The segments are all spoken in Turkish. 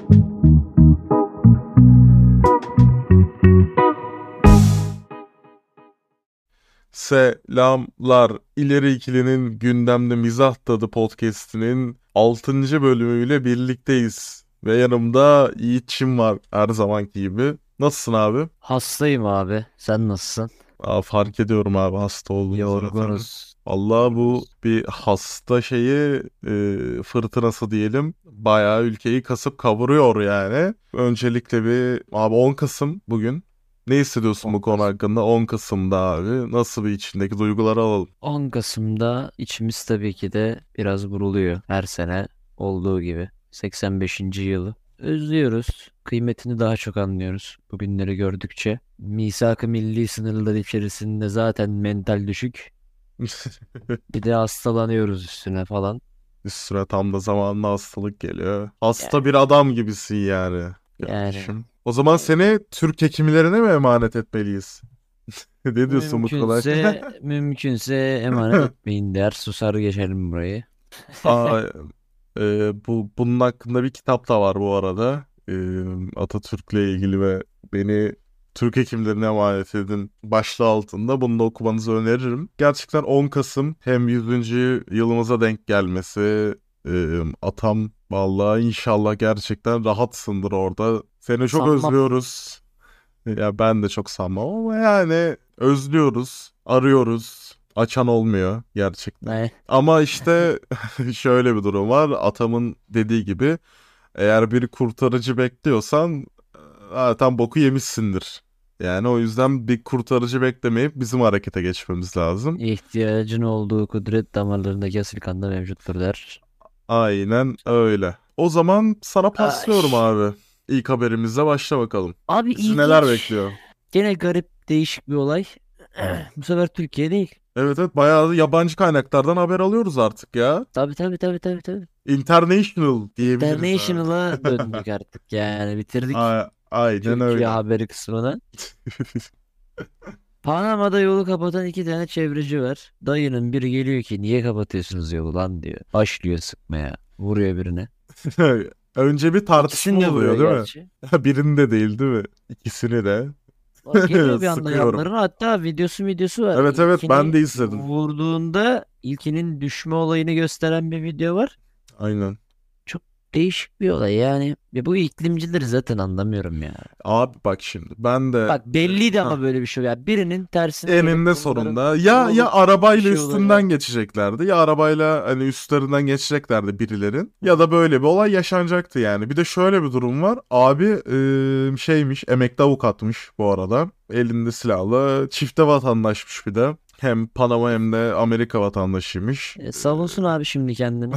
Selamlar. İleri İkili'nin Gündemde Mizah Tadı podcast'inin 6. bölümüyle birlikteyiz. Ve yanımda Yiğit'çim var her zamanki gibi. Nasılsın abi? Hastayım abi. Sen nasılsın? Fark ediyorum abi hasta olduğunu zaten. Yorgunuz. Allah bu bir hasta fırtınası diyelim. Bayağı ülkeyi kasıp kavuruyor yani. Öncelikle bir abi 10 Kasım bugün. Ne hissediyorsun bu 10 konu Kasım. hakkında? 10 Kasım'da abi. Nasıl bir içindeki duyguları alalım. 10 Kasım'da içimiz tabii ki de biraz vuruluyor. Her sene olduğu gibi. 85. yılı. Özlüyoruz. Kıymetini daha çok anlıyoruz. Bugünleri gördükçe. Misak-ı milli sınırlar içerisinde zaten mental düşük. Bir de hastalanıyoruz üstüne falan. Üstüne tam da zamanla hastalık geliyor. Hasta Yani, bir adam gibisin yani yani kardeşim. O zaman seni Türk hekimlerine mi emanet etmeliyiz? Ne diyorsun bu konu hakkında? mümkünse emanet etmeyin der. Susar geçelim burayı. Aa, bunun hakkında bir kitap da var bu arada. Atatürk'le ilgili ve beni Türk hekimlerine emanet edin başlığı altında. Bunu da okumanızı öneririm. Gerçekten 10 Kasım hem 100. yılımıza denk gelmesi. Atam vallahi inşallah gerçekten rahatsındır orada. Seni çok Sanmam. özlüyoruz. Ya ben de çok sanmam ama yani özlüyoruz, arıyoruz. Açan olmuyor gerçekten. Ne? Ama işte şöyle bir durum var. Atamın dediği gibi eğer bir kurtarıcı bekliyorsan zaten boku yemişsindir. Yani o yüzden bir kurtarıcı beklemeyip bizim harekete geçmemiz lazım. İhtiyacın olduğu kudret damarlarındaki asil kanda mevcuttur der. Aynen öyle. O zaman sana Ay. paslıyorum abi. İlk haberimizle başla bakalım. Abi Bizi neler ilginç. bekliyor? Gene garip değişik bir olay. Bu sefer Türkiye değil. Evet evet bayağı yabancı kaynaklardan haber alıyoruz artık ya. Tabii tabii tabii tabii tabii. International diyebiliriz abi. International'a döndük artık yani bitirdik Aynen Türkiye öyle. haberi kısmını. Panama'da yolu kapatan iki tane çevreci var. Dayının biri geliyor ki niye kapatıyorsunuz yolu lan diyor. Başlıyor sıkmaya. Vuruyor birine. Önce bir tartışma İkisini de vuruyor oluyor değil mi? gerçi. Birinin de değil mi? İkisini de. O geliyor bir anda Sıkıyorum. yanlarına. Hatta videosu var. Evet evet ben İlkini de izledim. vurduğunda ilkinin düşme olayını gösteren bir video var. Aynen. Çok değişik bir olay yani. Ya bu iklimcileri zaten anlamıyorum ya. Abi bak şimdi ben de Bak belliydi hah, ama böyle bir şey. Ya birinin tersine gelip eninde bunların sonunda ya vurulup bir arabayla şey üstünden olacağı. geçeceklerdi ya arabayla hani üstlerinden geçeceklerdi birilerin ya da böyle bir olay yaşanacaktı yani. Bir de şöyle bir durum var. Abi şeymiş emekli avukatmış bu arada. Elinde silahlı çifte vatandaşmış bir de. Hem Panama hem de Amerika vatandaşıymış. Savunsun abi şimdi kendini.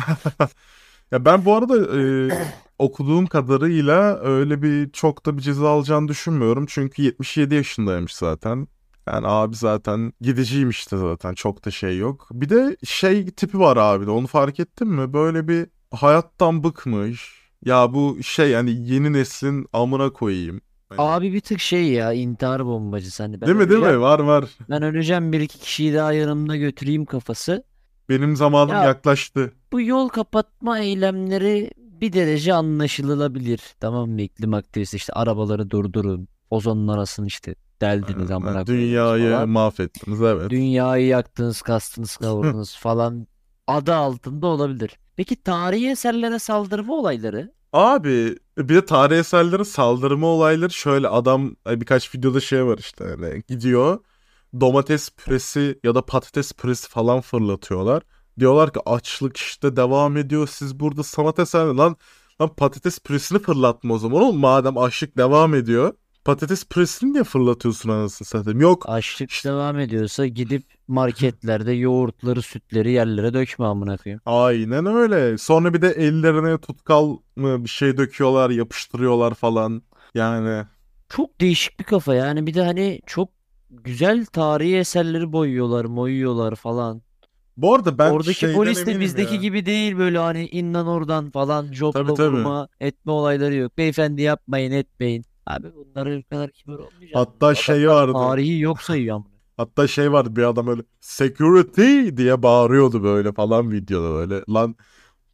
Ya ben bu arada okuduğum kadarıyla öyle bir çok da bir ceza alacağını düşünmüyorum. Çünkü 77 yaşındaymış zaten. Yani abi zaten gideceğim de zaten çok da şey yok. Bir de şey tipi var abi de onu fark ettin mi? Böyle bir hayattan bıkmış. Ya bu şey yani yeni neslin amına koyayım. Hani Abi bir tık şey ya intihar bombacısı. Hani ben değil mi değil öleceğim. mi? Var var. Ben öleceğim bir iki kişiyi daha yanımda götüreyim kafası. Benim zamanım Ya yaklaştı. bu yol kapatma eylemleri bir derece anlaşılabilir. Tamam mı? İklim aktivisti işte arabaları durdurun. Ozonun arasını işte deldiniz amına koydunuz Dünyayı falan. mahvettiniz evet. Dünyayı yaktınız, kastınız, kavurdunuz falan adı altında olabilir. Peki tarihi eserlere saldırma olayları? Abi bir de tarihi eserlere saldırma olayları şöyle adam birkaç videoda şey var işte hani gidiyor domates püresi ya da patates püresi falan fırlatıyorlar. Diyorlar ki açlık işte devam ediyor siz burada sanat eseri lan patates püresini fırlatma o zaman oğlum madem açlık devam ediyor. Patates püresini niye fırlatıyorsun anasını satayım? Yok Açlık işte devam ediyorsa gidip marketlerde yoğurtları, sütleri yerlere dökme amına koyayım. aynen öyle. Sonra bir de ellerine tutkal mı bir şey döküyorlar yapıştırıyorlar falan. Yani Çok değişik bir kafa yani bir de hani çok güzel tarihi eserleri boyuyorlar, moyuyorlar falan. bu arada ben Oradaki şeyden polis de eminim bizdeki ya. gibi değil böyle hani inden oradan falan Tabii jopla tabii. vurma etme olayları yok. Beyefendi yapmayın etmeyin. Abi bunlara bu kadar kibar olmayacaksınız. Hatta şey Adamlar vardı. tarihi yok sayıyor amına. Hatta şey vardı bir adam öyle security diye bağırıyordu böyle falan videoda böyle. Lan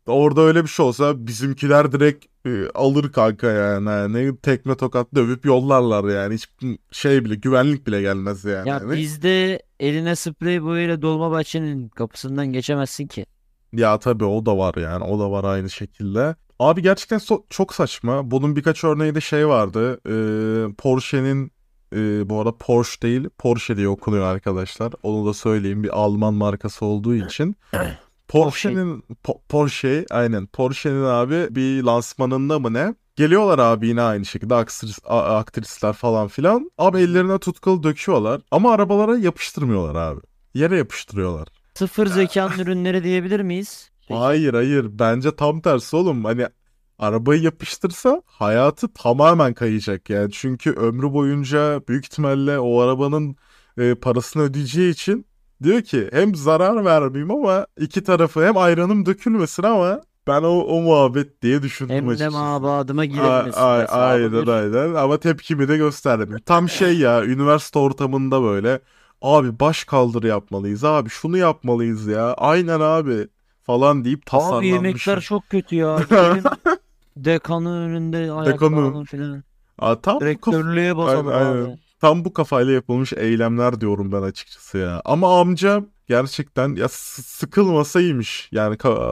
Orada öyle bir şey olsa bizimkiler direkt alır kanka yani. Ne tekme tokat dövüp yollarlar yani. Hiç şey bile, güvenlik bile gelmez yani. Ya Hani. bizde eline sprey boyayla Dolmabahçe'nin kapısından geçemezsin ki. Ya tabii o da var yani. O da var aynı şekilde. Abi gerçekten çok saçma. Bunun birkaç örneği de şey vardı. Porsche'nin bu arada Porsche değil, Porsche diye okunuyor arkadaşlar. Onu da söyleyeyim, bir Alman markası olduğu için. Porsche. Porsche aynen. Porsche'nin abi bir lansmanında mı ne? Geliyorlar abi yine aynı şekilde aktrisler falan filan. Abi ellerine tutkal döküyorlar. Ama arabalara yapıştırmıyorlar abi. Yere yapıştırıyorlar. Sıfır zekanın ürünleri diyebilir miyiz? Peki. Hayır hayır, bence tam tersi oğlum. Hani arabayı yapıştırsa hayatı tamamen kayacak yani. Çünkü ömrü boyunca büyük ihtimalle o arabanın parasını ödeyeceği için diyor ki hem zarar vermeyeyim ama iki tarafı hem ayranım dökülmesin ama ben o muhabbet diye düşündüm Hem de açıkçası. mabadıma girilmesin hesabı Aynen bir. aynen ama tepkimi de gösterdim. Tam şey ya, üniversite ortamında böyle abi baş kaldır yapmalıyız abi, şunu yapmalıyız ya aynen abi falan deyip Abi yemekler tasarlanmışım. çok kötü ya. Gidelim dekanın önünde Dekonu. ayaklanalım filan. Tam bu Rektörlüğe basalım aynen. abi. Tam bu kafayla yapılmış eylemler diyorum ben açıkçası ya. Ama amca gerçekten ya sıkılmasa iyiymiş. Yani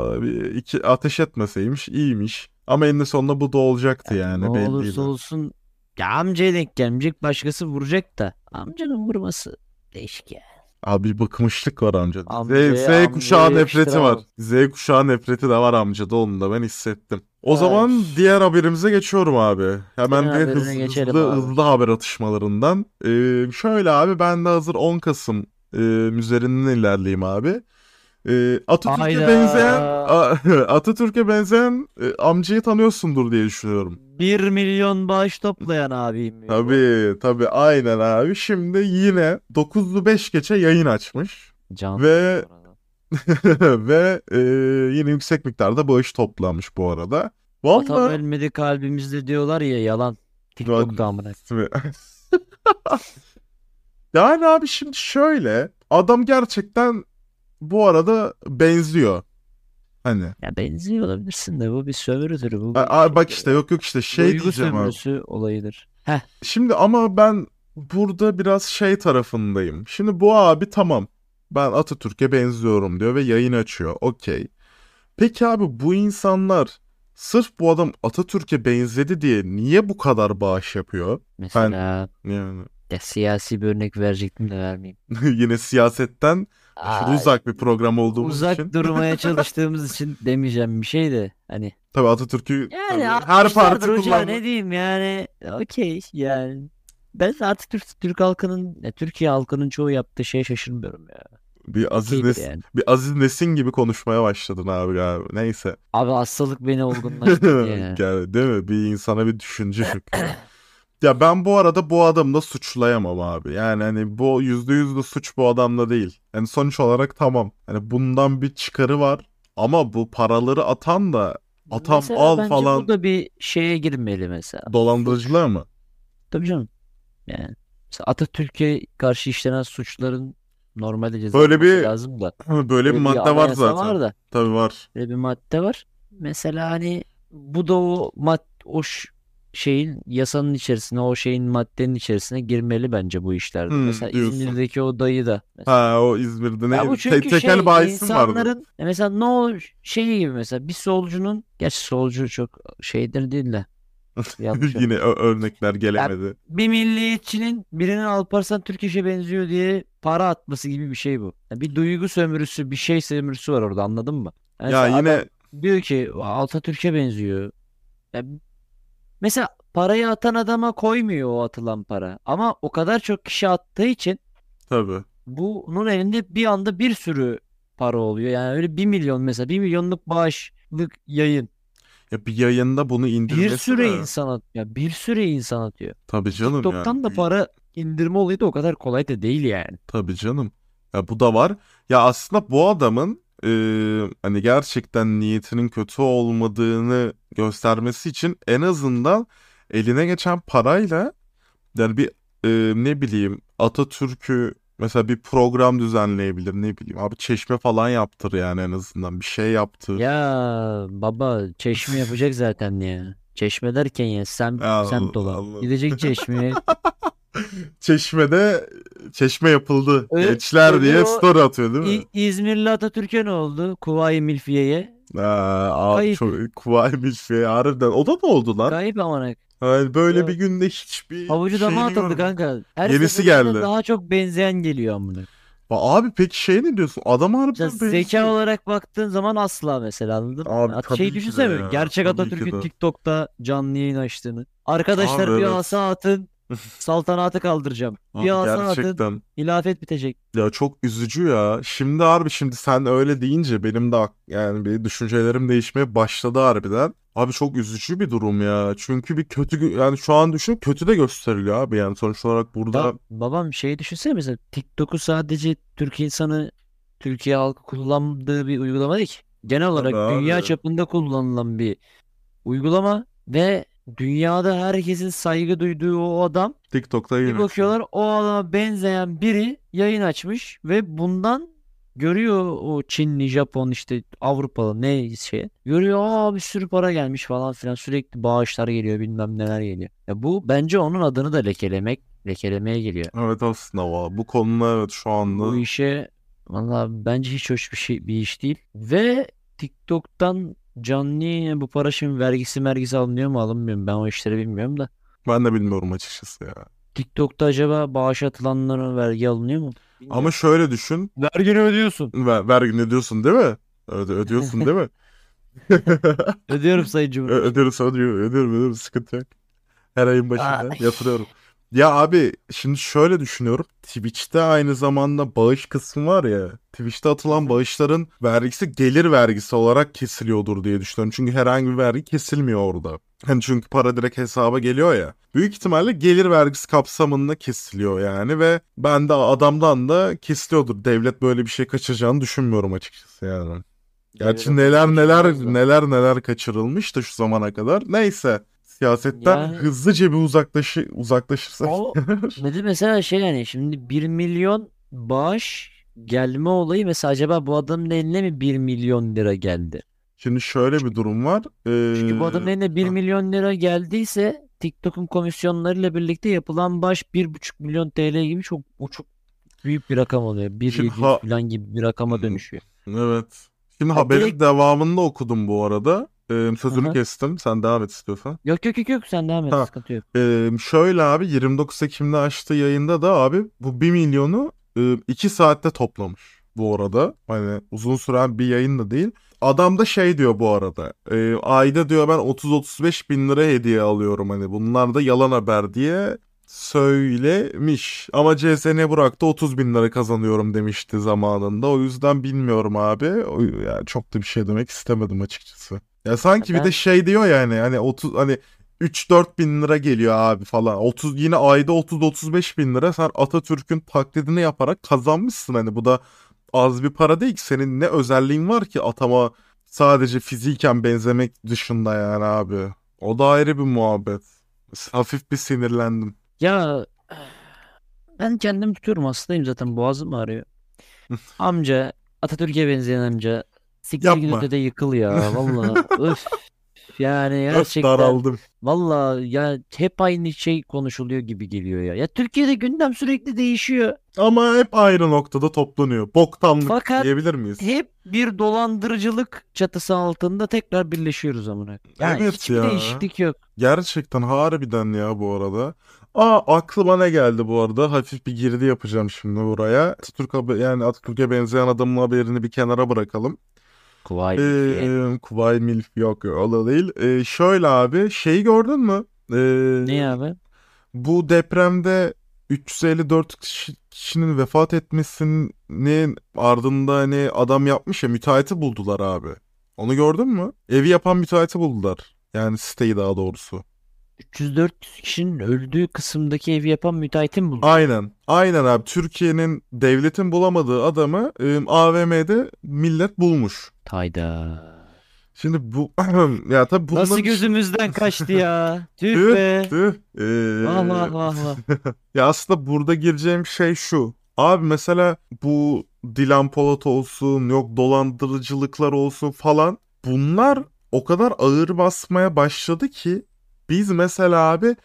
iki ateş etmeseymiş iyiymiş. Ama eninde sonunda bu da olacaktı Yani ne yani olursa belliydi. olsun ya amcaya denk gelmeyecek başkası vuracak da. Amcanın vurması değişik ya. Abi bir bıkmışlık var amcada. Z Amcaya kuşağı nefreti var. yakıştıramam. Z kuşağı nefreti de var amcada, onu da ben hissettim. O Ay. zaman diğer haberimize geçiyorum abi. Senin Hemen bir haberine geçelim hızlı abi. hızlı haber atışmalarından. Şöyle abi, ben de hazır 10 Kasım üzerinden ilerleyeyim abi. Atatürk'e benzeyen Hayda. Atatürk'e benzeyen amcayı tanıyorsundur diye düşünüyorum. 1 milyon bağış toplayan abiyim mi bu? Tabii tabii aynen abi. Şimdi yine 9'lu 5 geçe yayın açmış. Cansın bu Ve arada. ve yine yüksek miktarda bağış toplanmış bu arada. Atam Valla ölmedi kalbimizde diyorlar ya yalan. TikTok'ta amına. yani abi şimdi şöyle, adam gerçekten bu arada benziyor. Hani Ya benziyor olabilirsin de bu bir sömürüdür. Bu bir bak şeydir işte, ya. yok yok, işte şey Duygu diyeceğim abi. sömürüsü olayıdır. Heh. Şimdi ama ben burada biraz şey tarafındayım. Şimdi bu abi tamam, ben Atatürk'e benziyorum diyor ve yayın açıyor. Okey. Peki abi, bu insanlar sırf bu adam Atatürk'e benzedi diye niye bu kadar bağış yapıyor? Ben Mesela yani ya siyasi bir örnek verecektim de vermeyeyim. yine siyasetten aşırı Aa, uzak bir program olduğumuz uzak için durmaya çalıştığımız için demeyeceğim bir şey de hani tabii Atatürk'ü yani tabii her atmışlardır parti hoca kullanmak ne diyeyim yani okey yani ben artık Türk halkının Türkiye halkının çoğu yaptığı şeye şaşırmıyorum ya. bir Okeydir yani. Bir Aziz Nesin gibi konuşmaya başladın abi galiba. Neyse. Abi hastalık beni olgunlaştırdı ya. Gel, değil mi? Bir insana bir düşünce çöküyor. Ya ben bu arada bu adamı da suçlayamam abi. Yani hani bu %100 de suç bu adamda değil. Yani sonuç olarak tamam. Hani bundan bir çıkarı var. Ama bu paraları atan da atam Mesela al bence bu falan da bir şeye girmeli mesela. Suç. dolandırıcılığa mı? Tabii canım. Yani mesela Atatürk'e karşı işlenen suçların normalde Böyle cezalanması bir lazım da. böyle bir Böyle bir madde var anayasa zaten. var da. Tabii var. Böyle bir madde var. Mesela hani bu da şeyin yasanın içerisine o şeyin maddenin içerisine girmeli bence bu işlerde. Mesela Diyorsun. İzmir'deki o dayı da mesela. Ha, o İzmir'de Ya bu neydi? çünkü Tekel şey bayisim vardı. insanların mesela şey gibi mesela bir solcunun gerçi solcu çok şeydir değil de yanlış Yine örnek. örnekler Ya gelemedi. bir milliyetçinin birinin Alparslan Türkeş'e benziyor diye para atması gibi bir şey bu. Ya bir duygu sömürüsü, bir şey sömürüsü var orada anladın mı? Yani Ya mesela adam yine diyor ki Atatürk'e benziyor. Ya mesela parayı atan adama koymuyor o atılan para. Ama o kadar çok kişi attığı için tabii. bunun elinde bir anda bir sürü para oluyor. Yani öyle 1 milyon mesela 1 milyonluk bağışlık yayın. Ya bir yayında bunu Bir indirmesi sürü de insan ya bir sürü insan atıyor. tabii canım yani TikTok'tan da para indirme olayı da o kadar kolay da değil yani. tabii canım. Ya bu da var. Ya aslında bu adamın hani gerçekten niyetinin kötü olmadığını göstermesi için en azından eline geçen parayla yani bir ne bileyim Atatürk'ü Mesela bir program düzenleyebilir, ne bileyim. Abi çeşme falan yaptır yani, en azından. Bir şey yaptır. Ya baba çeşme yapacak zaten ya. Çeşme derken ya semt olan. Allah. Gidecek çeşmeye. Çeşmede çeşme yapıldı. Gençler Öbür diye o story atıyor değil mi? İzmirli Atatürk'e ne oldu? Kuvayi Milfiye'ye. Abi Kayıp. çok kuvayi bir şey harbiden. O da mı oldu lan? Kayıp amanak. Yani böyle bir Ya günde hiçbir havucu dama şeyini atıldı görmedim. kanka. Her Yenisi seferinde geldi. daha çok benzeyen geliyor amına. Abi peki şey ne diyorsun? Adam Mesela harbiden zeka benziyor. olarak baktığın zaman asla mesela anladın mı? Abi Şey tabii ki de düşünsene mi? ya. Gerçek Tabii ki Atatürk'ün de. TikTok'ta canlı yayın açtığını. Abi Arkadaşlar bir evet. asa atın. Saltanatı kaldıracağım. Abi Bir asa atın. gerçekten. Hilafet bitecek. Ya çok üzücü ya. Şimdi harbi, şimdi sen öyle deyince benim de yani bir düşüncelerim değişmeye başladı harbiden. Abi çok üzücü bir durum ya. Çünkü bir kötü yani şu an düşün, kötü de gösteriliyor abi, yani sonuç olarak Ya burada. babam şey düşünsene mesela TikTok'u sadece Türk insanı, Türkiye halkı kullandığı bir uygulama değil ki. Genel Tabii olarak dünya abi. çapında kullanılan bir uygulama ve dünyada herkesin saygı duyduğu o adam, TikTok'ta yayın bir açıyor. bakıyorlar o adama benzeyen biri yayın açmış ve bundan görüyor o Çinli, Japon işte Avrupalı neyse. Görüyor bir sürü para gelmiş falan filan, sürekli bağışlar geliyor bilmem neler geliyor. Ya bu bence onun adını da lekelemeye geliyor. Evet aslında bu konuda evet şu Bu anda. işe valla bence hiç hoş bir iş değil. Ve TikTok'tan canlı yayına bu para şimdi vergisi alınıyor mu alınmıyor mu ben o işleri bilmiyorum da. Ben de bilmiyorum açıkçası ya. TikTok'ta acaba bağış atılanlara vergi alınıyor mu? Ama Bilmiyorum. şöyle düşün. Vergini ödüyorsun. Vergi ödüyorsun değil mi? Ödüyorsun değil mi? Ödüyorum Sayın Cumhurbaşkanı. Ödüyorum, sıkıntı yok. Her ayın Aa, başında yatırıyorum. Ya abi şimdi şöyle düşünüyorum. Twitch'te aynı zamanda bağış kısmı var ya. Twitch'te Hı atılan hı. bağışların vergisi gelir vergisi olarak kesiliyordur diye düşünüyorum. Çünkü herhangi bir vergi kesilmiyor orada. Hani çünkü para direkt hesaba geliyor ya. Büyük ihtimalle gelir vergisi kapsamında kesiliyor yani, ve ben de adamdan da kesiliyordur. Devlet böyle bir şey kaçıracağını düşünmüyorum açıkçası yani. Devlet Gerçi o kadar neler neler kaçırmaz da. neler kaçırılmış da şu zamana kadar. Neyse. Siyasetten Yani hızlıca bir uzaklaşırsak. o mesela şey yani şimdi 1 milyon bağış gelme olayı mesela acaba bu adamın eline mi 1 milyon lira geldi? Şimdi şöyle bir durum var. Çünkü bu adamın eline bir Hah, milyon lira geldiyse TikTok'un komisyonlarıyla birlikte yapılan baş 1,5 milyon TL gibi çok büyük bir rakam oluyor. şimdi 1,700 falan gibi bir rakama dönüşüyor. evet. Şimdi Ha, haberin direkt devamında okudum bu arada. Sözünü Aha. kestim. Sen devam et istiyorsan. Yok sen devam et, Ha, sıkıntı yok. şöyle abi, 29 Ekim'de açtığı yayında da abi bu 1 milyonu 2 saatte toplamış bu arada. Hani uzun süren bir yayın da değil. Adam da şey diyor bu arada. Ayda diyor ben 30-35 bin lira hediye alıyorum, hani bunlar da yalan haber diye söylemiş. Ama CSN Burak'ta 30 bin lira kazanıyorum demişti zamanında. O yüzden bilmiyorum abi. Yani çok da bir şey demek istemedim açıkçası. Ya Ha, sanki bir de ben şey diyor yani, hani 30, hani 3-4 bin lira geliyor abi falan. 30, yine ayda 30-35 bin lira sen Atatürk'ün taklidini yaparak kazanmışsın. Hani bu da az bir para değil ki. Senin ne özelliğin var ki atama, sadece fiziken benzemek dışında yani abi. O da ayrı bir muhabbet. Hafif bir sinirlendim. ya ben kendimi tutuyorum, hastayım zaten, boğazım ağrıyor. Amca, Atatürk'e benzeyen amca, siktir git Yapma. ötede yıkıl ya valla, öf. Yani Öf, gerçekten daraldım. valla ya hep aynı şey konuşuluyor gibi geliyor ya. Ya Türkiye'de gündem sürekli değişiyor. Ama hep aynı noktada toplanıyor. Boktanlık Fakat diyebilir miyiz? hep bir dolandırıcılık çatısı altında tekrar birleşiyoruz amına. Yani Evet hiçbir ya. değişiklik yok. Gerçekten harbiden ya bu arada. Aklıma ne geldi bu arada? Hafif bir girdi yapacağım şimdi buraya. Yani Atatürk'e benzeyen adamın haberini bir kenara bırakalım. Kuvayi Milliye. Kuvayi Milf yok, o da değil. Şöyle abi, şeyi gördün mü? Ne abi? Bu depremde 354 kişinin vefat etmesinin ardında hani adam yapmış ya, müteahhiti buldular abi. Onu gördün mü? Evi yapan müteahhiti buldular. Yani siteyi daha doğrusu. 300-400 kişinin öldüğü kısımdaki evi yapan müteahhiti mi buldular? Aynen. Aynen abi. Türkiye'nin, devletin bulamadığı adamı AVM'de millet bulmuş. Hayda. Şimdi bu ya tabii Nasıl bunların gözümüzden kaçtı ya? Tüh tüh be. tüh. Vah vah vah vah. Ya aslında burada gireceğim şey şu. Abi mesela bu Dilan Polat olsun, yok dolandırıcılıklar olsun falan, bunlar o kadar ağır basmaya başladı ki biz mesela abi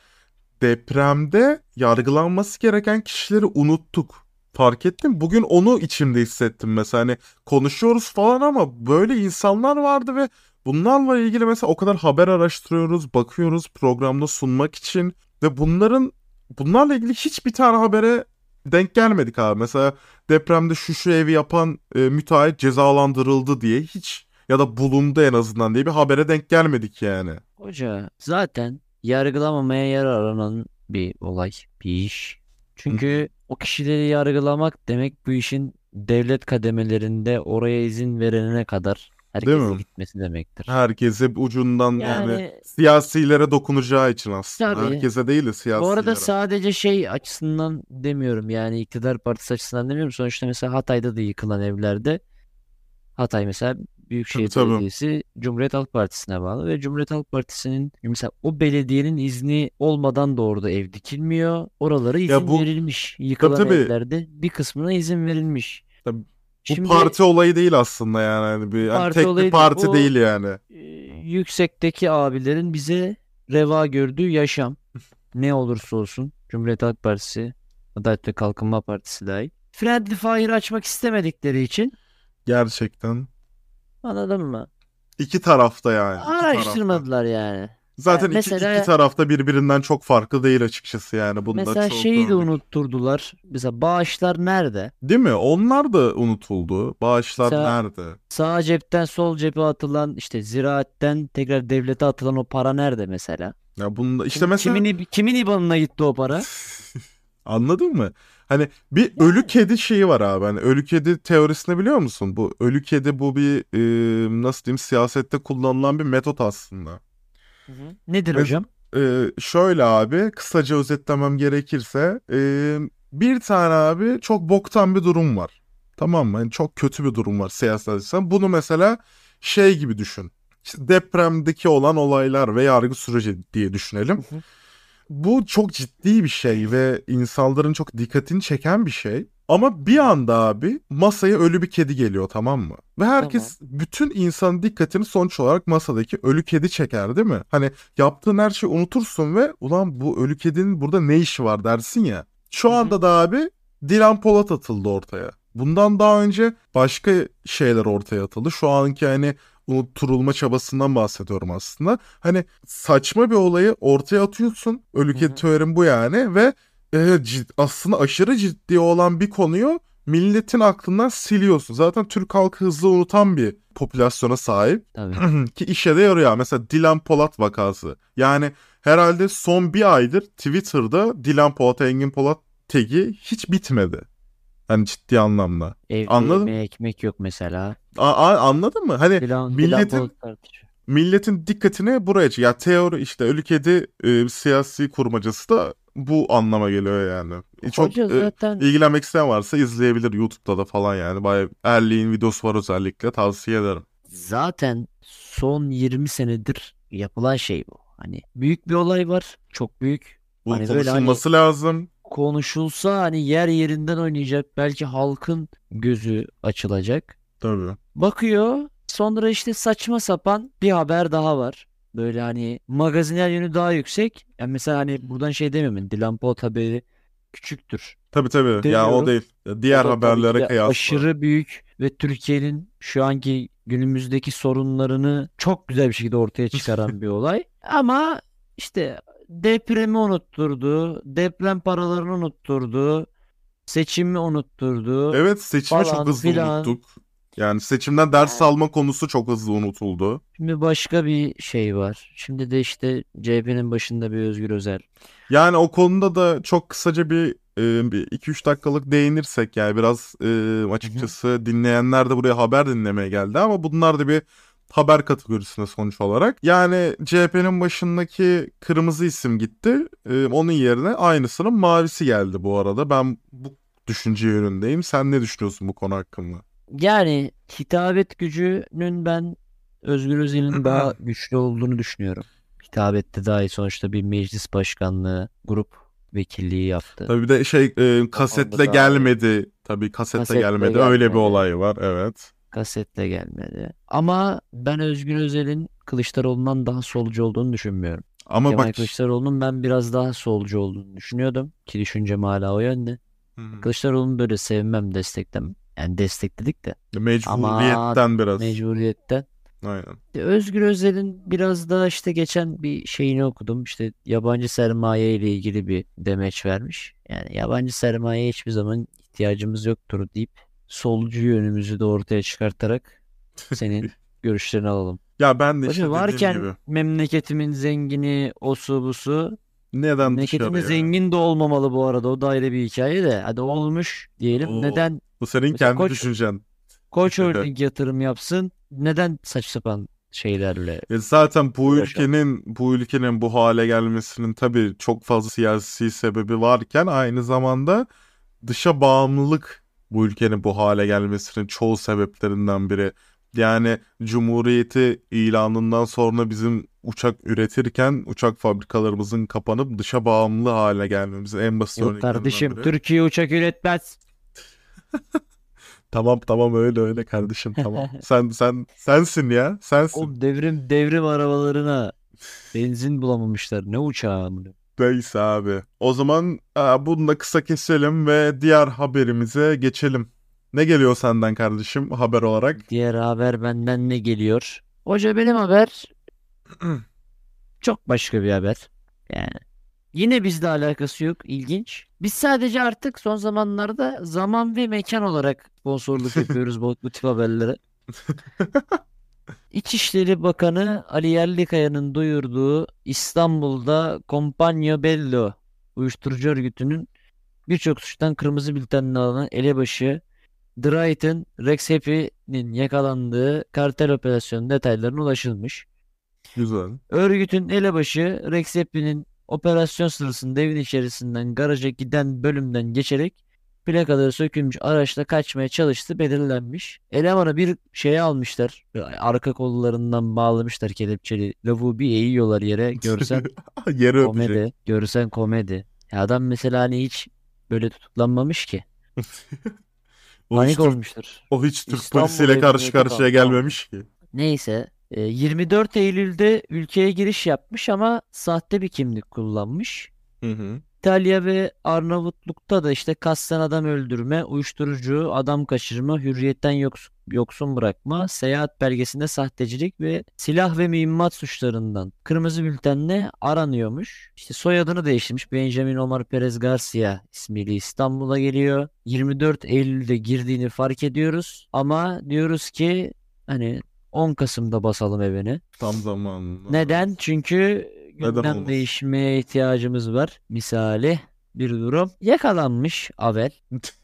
depremde yargılanması gereken kişileri unuttuk. Fark ettim. Bugün onu içimde hissettim mesela. Hani konuşuyoruz falan ama böyle insanlar vardı ve bunlarla ilgili mesela o kadar haber araştırıyoruz, bakıyoruz programda sunmak için ve bunlarla ilgili hiçbir tane habere denk gelmedik abi. Mesela depremde şu evi yapan müteahhit cezalandırıldı diye hiç, ya da bulundu en azından diye bir habere denk gelmedik yani. Hoca zaten yargılamamaya yer aranan bir olay, bir iş. Hı hı. Çünkü o kişileri yargılamak demek bu işin devlet kademelerinde oraya izin verilene kadar Değil herkese mi? gitmesi demektir. Herkese ucundan, yani Yani siyasilere dokunacağı için aslında. tabii, Herkese değil de bu arada siyasilere. sadece şey açısından demiyorum, yani iktidar partisi açısından demiyorum. Sonuçta mesela Hatay'da da yıkılan evlerde, Hatay mesela Tabii Büyükşehir tabii. Belediyesi Cumhuriyet Halk Partisi'ne bağlı ve Cumhuriyet Halk Partisi'nin mesela o belediyenin izni olmadan da orada ev dikilmiyor. Oralara Ya izin bu verilmiş. tabii Yıkılan tabii, evlerde bir kısmına izin verilmiş. tabii bu Şimdi parti olayı değil aslında yani. Hani parti tek bir olayı değil. parti O değil yani. e, yüksekteki abilerin bize reva gördüğü yaşam, ne olursa olsun, Cumhuriyet Halk Partisi, Adalet ve Kalkınma Partisi dahil, Friendly Fire açmak istemedikleri için, Gerçekten. anladın mı? İki tarafta yani. İki tarafta. Araştırmadılar yani. Zaten iki Mesela tarafta birbirinden çok farklı değil açıkçası yani. Bunda çok şeyi de gördük. unutturdular. Mesela bağışlar nerede? Değil mi? Onlar da unutuldu. Bağışlar Mesela nerede? sağ cepten sol cebe atılan, işte ziraatten tekrar devlete atılan o para nerede mesela? Ya bunda işte mesela Kimin IBAN'ına gitti o para? anladın mı? Hani bir ölü Yani. kedi şeyi var abi. Hani ölü kedi teorisini biliyor musun? Bu ölü kedi, bu bir nasıl diyeyim, siyasette kullanılan bir metot aslında. Hı hı. Nedir Mes- hocam? Şöyle abi, kısaca özetlemem gerekirse bir tane abi çok boktan bir durum var. Tamam mı? Yani çok kötü bir durum var siyasal açıdan. Bunu mesela şey gibi düşün. İşte depremdeki olan olaylar ve yargı süreci diye düşünelim. Hı hı. Bu çok ciddi bir şey ve insanların çok dikkatini çeken bir şey. Ama bir anda abi masaya ölü bir kedi geliyor, tamam mı? Ve Tamam. herkes, bütün insanın dikkatini sonuç olarak masadaki ölü kedi çeker değil mi? Hani yaptığın her şeyi unutursun ve ulan bu ölü kedinin burada ne işi var dersin ya. Şu Hı hı. anda da abi Dilan Polat atıldı ortaya. Bundan daha önce başka şeyler ortaya atıldı. Şu anki hani unutturulma çabasından bahsediyorum aslında. Hani saçma bir olayı ortaya atıyorsun. Ölü Hı kedi hı. teorim bu yani ve aslında aşırı ciddi olan bir konuyu milletin aklından siliyorsun. Zaten Türk halkı hızlı unutan bir popülasyona sahip Tabii. ki işe de yarıyor. Mesela Dilan Polat vakası. Yani herhalde son bir aydır Twitter'da Dilan Polat, Engin Polat tagi hiç bitmedi. Hani ciddi anlamda. Evde Anladın? yemeğe ekmek yok mesela. Anladın mı? Hani Dilan milletin Polat tartışıyor. dikkatini buraya çek. Ya teori işte ölü kedi siyasi kurmacası da bu anlama geliyor yani. Hoca Çok zaten ilgilenmek isteyen varsa izleyebilir YouTube'da da falan yani. Bayağı Erli'nin videosu var, özellikle tavsiye ederim. zaten son 20 senedir yapılan şey bu. Hani büyük bir olay var. Çok büyük. Bunun Hani böyle hani konuşulması lazım. konuşulsa hani yer yerinden oynayacak. Belki halkın gözü açılacak. Tabii. Bakıyor. Sonra işte saçma sapan bir haber daha var. Böyle hani magazinel yönü daha yüksek. Yani mesela hani buradan şey demiyorum. Dilan Polat haberi küçüktür Tabii tabii. Ya o demiyorum. değil. O Diğer da tabii ki haberlere de kıyasla. aşırı büyük ve Türkiye'nin şu anki günümüzdeki sorunlarını çok güzel bir şekilde ortaya çıkaran bir olay. Ama işte depremi unutturdu, deprem paralarını unutturdu, seçimi unutturdu Evet, seçimi çok falan hızlı filan. unuttuk. Yani seçimden ders Yani alma konusu çok hızlı unutuldu. şimdi başka bir şey var. Şimdi de işte CHP'nin başında bir Özgür Özel. Yani o konuda da çok kısaca bir 2-3 dakikalık değinirsek, yani biraz Hı hı. açıkçası dinleyenler de buraya haber dinlemeye geldi ama bunlar da bir haber kategorisine sonuç olarak. Yani CHP'nin başındaki kırmızı isim gitti. Onun yerine aynısının mavisi geldi bu arada. Ben bu düşünce yönündeyim. Sen ne düşünüyorsun bu konu hakkında? Yani hitabet gücünün ben Özgür Özel'in daha güçlü olduğunu düşünüyorum. Hitabette daha iyi, sonuçta bir meclis başkanlığı, grup. vekilliği yaptı. Tabii bir de kasetle Kafamda da gelmedi. Tabii kasetle kasetle gelmedi. Öyle bir gelmedi. olay var. Evet. Kasetle gelmedi. Ama ben Özgür Özel'in Kılıçdaroğlu'ndan daha solcu olduğunu düşünmüyorum. Ama bak. Kemal Kılıçdaroğlu'nun ben biraz daha solcu olduğunu düşünüyordum. Ki düşüncem hala o yönde. Hı hı. Kılıçdaroğlu'nu böyle sevmem, desteklemem. Yani destekledik de. Ama Mecburiyetten biraz. mecburiyetten. Aynen. Özgür Özel'in biraz daha işte geçen bir şeyini okudum. İşte yabancı sermaye ile ilgili bir demeç vermiş. Yani yabancı sermayeye hiçbir zaman ihtiyacımız yoktur deyip solcu yönümüzü de ortaya çıkartarak senin görüşlerini alalım. Ya ben de Hoca işte dediğim varken gibi. memleketimin zengini, osu busu. Neden Memleketin de dışarıya? zengin de olmamalı bu arada. O da ayrı bir hikaye de. Hadi olmuş diyelim. Oo, Neden bu senin mesela kendi düşüncen. Koç Holding yatırım yapsın? Neden saç sapan şeylerle Zaten bu uğraşalım? ülkenin bu hale gelmesinin tabii çok fazla siyasi sebebi varken aynı zamanda dışa bağımlılık bu ülkenin bu hale gelmesinin çoğu sebeplerinden biri. Yani Cumhuriyeti ilanından sonra bizim uçak üretirken uçak fabrikalarımızın kapanıp dışa bağımlı hale gelmemizin en basit Yok örneklerinden kardeşim, biri. Türkiye uçak üretmez. Tamam tamam öyle kardeşim tamam. Sensin ya sensin. O devrim arabalarına benzin bulamamışlar. Ne uçağı amına? Neyse abi. O zaman bunu da kısa keselim ve diğer haberimize geçelim. Ne geliyor senden kardeşim haber olarak? Diğer haber benden ne geliyor? Hoca benim haber çok başka bir haber. Yani yine bizle alakası yok. İlginç. Biz sadece artık son zamanlarda zaman ve mekan olarak sponsorluk yapıyoruz bu tip haberlere. İçişleri Bakanı Ali Yerlikaya'nın duyurduğu İstanbul'da Compagno Bello uyuşturucu örgütünün birçok suçtan kırmızı bültenli alınan elebaşı Drayton Rex Happy'nin yakalandığı kartel operasyonu detaylarına ulaşılmış. Güzel. Örgütün elebaşı Rex Happy'nin operasyon sırasında evin içerisinden garaja giden bölümden geçerek plakaları sökülmüş araçla kaçmaya çalıştığı belirlenmiş. Elemanı bir şeye almışlar. Böyle arka kollarından bağlamışlar kelepçeli. Lavuğu bir eğiyorlar yere. Görsen Yeri öpecek. komedi. Görsen komedi. Ya adam mesela hani hiç böyle tutuklanmamış ki. O hiç Panik Türk olmuştur. o hiç Türk İstanbul polisiyle karşı Emniyeti karşıya Komutanlığı. gelmemiş ki. Neyse, 24 Eylül'de ülkeye giriş yapmış ama sahte bir kimlik kullanmış. Hı hı. İtalya ve Arnavutluk'ta da işte kasten adam öldürme, uyuşturucu, adam kaçırma, hürriyetten yoksun bırakma, seyahat belgesinde sahtecilik ve silah ve mühimmat suçlarından kırmızı bültenle aranıyormuş. İşte soyadını değiştirmiş. Benjamin Omar Perez Garcia ismiyle İstanbul'a geliyor. 24 Eylül'de girdiğini fark ediyoruz ama diyoruz ki hani 10 Kasım'da basalım evini. Tam zamanında. Neden? Çünkü Neden gündem olmasın? değişmeye ihtiyacımız var. Misali bir durum. Yakalanmış Abel.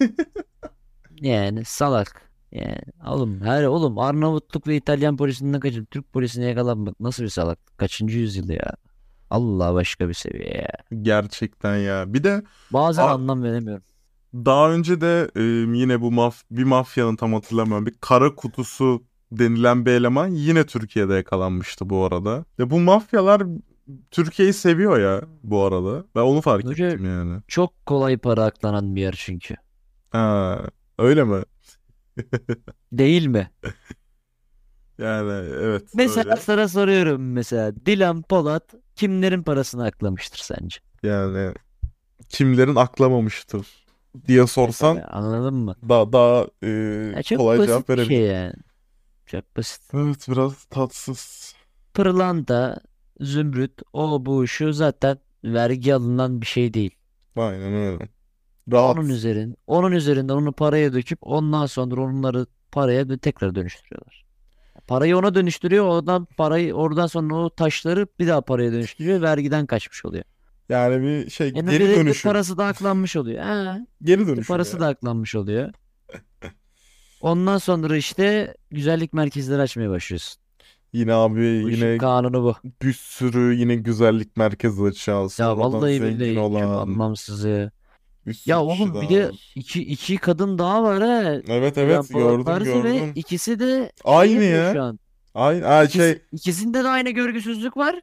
Yani salak. Yani oğlum Arnavutluk ve İtalyan polisinden kaçıp Türk polisine yakalanmak nasıl bir salak? Kaçıncı yüzyıl ya? Allah başka bir seviye ya. Gerçekten ya. Bir de Bazen a- anlam veremiyorum. daha önce de yine bu bir mafyanın tam hatırlamıyorum. Bir kara kutusu denilen bir eleman yine Türkiye'de yakalanmıştı bu arada. Ya bu mafyalar Türkiye'yi seviyor ya bu arada. Ben onu fark Böyle ettim yani. çok kolay para aklanan bir yer çünkü. Ha, öyle mi? Değil mi? Yani evet Mesela öyle. sana soruyorum mesela. Dilan Polat kimlerin parasını aklamıştır sence? Yani kimlerin aklamamıştır diye sorsan Mesela anladın mı? daha Ya çok kolay cevap basit bir şey verebilirim. yani. Çok basit. Evet biraz tatsız. Pırlanta, zümrüt, o bu şu zaten vergi alınan bir şey değil. Aynen öyle. Onun Rahat. onun üzerinden onu paraya döküp ondan sonra onları paraya tekrar dönüştürüyorlar. Parayı ona dönüştürüyor, oradan sonra o taşları bir daha paraya dönüştürüyor, vergiden kaçmış oluyor. Yani bir şey Yani geri böylelikle dönüşüm. parası da aklanmış oluyor. Geri İşte dönüşüm parası ya. da aklanmış oluyor. Ondan sonra işte güzellik merkezleri açmaya başlıyorsun. Yine abi Bu işin yine kanunu bu. bir sürü yine güzellik merkezi açacağız. Ya Sonradan vallahi zengin billahi çok olan anlamsız ya. bir sürü Ya kişi oğlum bir daha de var. iki kadın daha var ha. Evet Dilan evet Polat gördüm tarzı ve gördüm. ikisi de şey Aynı yapıyor ya. şu an. Aynı. İkisinde de aynı görgüsüzlük var.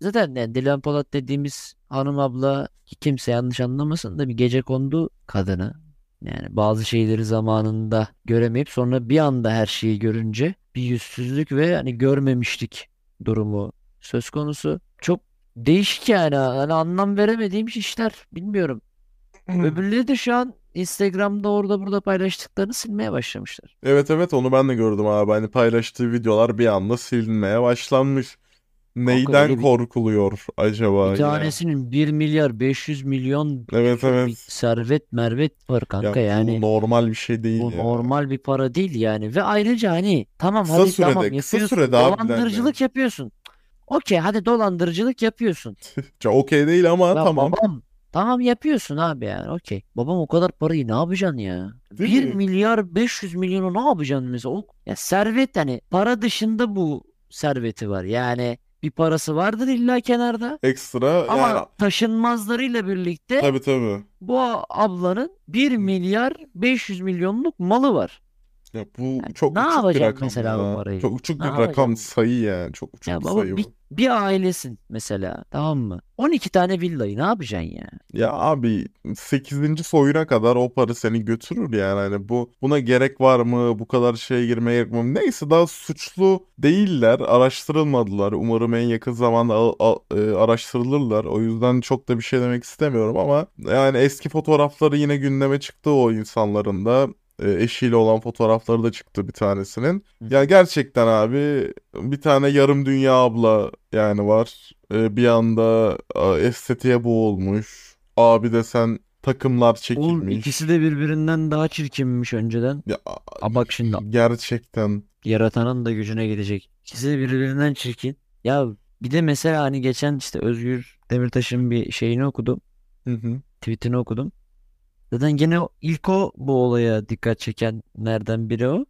Zaten yani Dilan Polat dediğimiz hanım abla, ki kimse yanlış anlamasın da, bir gecekondu kadını. Yani bazı şeyleri zamanında göremeyip sonra bir anda her şeyi görünce bir yüzsüzlük ve hani görmemişlik durumu söz konusu. Çok değişik yani. Hani anlam veremediğim işler, bilmiyorum. Öbürleri de şu an Instagram'da orada burada paylaştıklarını silmeye başlamışlar. Evet evet, onu ben de gördüm abi. Hani paylaştığı videolar bir anda silinmeye başlanmış. Kanka Neyden öyle korkuluyor bir acaba yine? tanesinin 1 milyar 500 milyon Evet küsür bir evet. servet mervet var Ya kanka, bu yani normal bir şey değil bu ya. normal bir para değil yani. Ve ayrıca hani tamam, Kısa hadi tamam sürede, kısa yapıyorsun, sürede harbiden de. dolandırıcılık yapıyorsun. Okey, hadi dolandırıcılık yapıyorsun. Çok okey değil ama Ya tamam. babam, tamam yapıyorsun abi yani, okey. Babam o kadar parayı ne yapacaksın ya? Değil Bir mi? milyar 500 milyonu ne yapacaksın mesela? Ya servet, hani para dışında bu serveti var. Yani bir parası vardır illa kenarda. Ekstra yani, Ama taşınmazlarıyla birlikte tabii tabii. bu ablanın 1 milyar 500 milyonluk malı var. Ya bu Yani çok ne uçuk bir yapacaksın rakam mesela bu ya. parayı? Çok uçuk Ne bir rakam, yapacaksın? sayı yani. Çok uçuk Ya bir baba, sayı bir, bu. bir ailesin mesela, tamam mı? 12 tane villayı ne yapacaksın ya? Ya abi, sekizinci soyuna kadar o para seni götürür yani. Hani buna gerek var mı? Bu kadar şeye girmeye gerek var mı? Neyse, daha suçlu değiller. Araştırılmadılar. Umarım en yakın zamanda araştırılırlar. O yüzden çok da bir şey demek istemiyorum ama yani eski fotoğrafları yine gündeme çıktı o insanların da. Eşiyle olan fotoğrafları da çıktı bir tanesinin. Hı Ya hı. gerçekten abi, bir tane yarım dünya abla yani var. Bir anda estetiğe boğulmuş. Abi desen takımlar Oğlum ikisi çekilmiş. de birbirinden daha çirkinmiş önceden. Ya A bak şimdi, gerçekten. yaratanın da gücüne gidecek. İkisi de birbirinden çirkin. Ya bir de mesela hani geçen işte Özgür Demirtaş'ın bir şeyini okudum. Hı hı. Tweetini okudum. Zaten gene ilk o bu olaya dikkat çekenlerden biri o.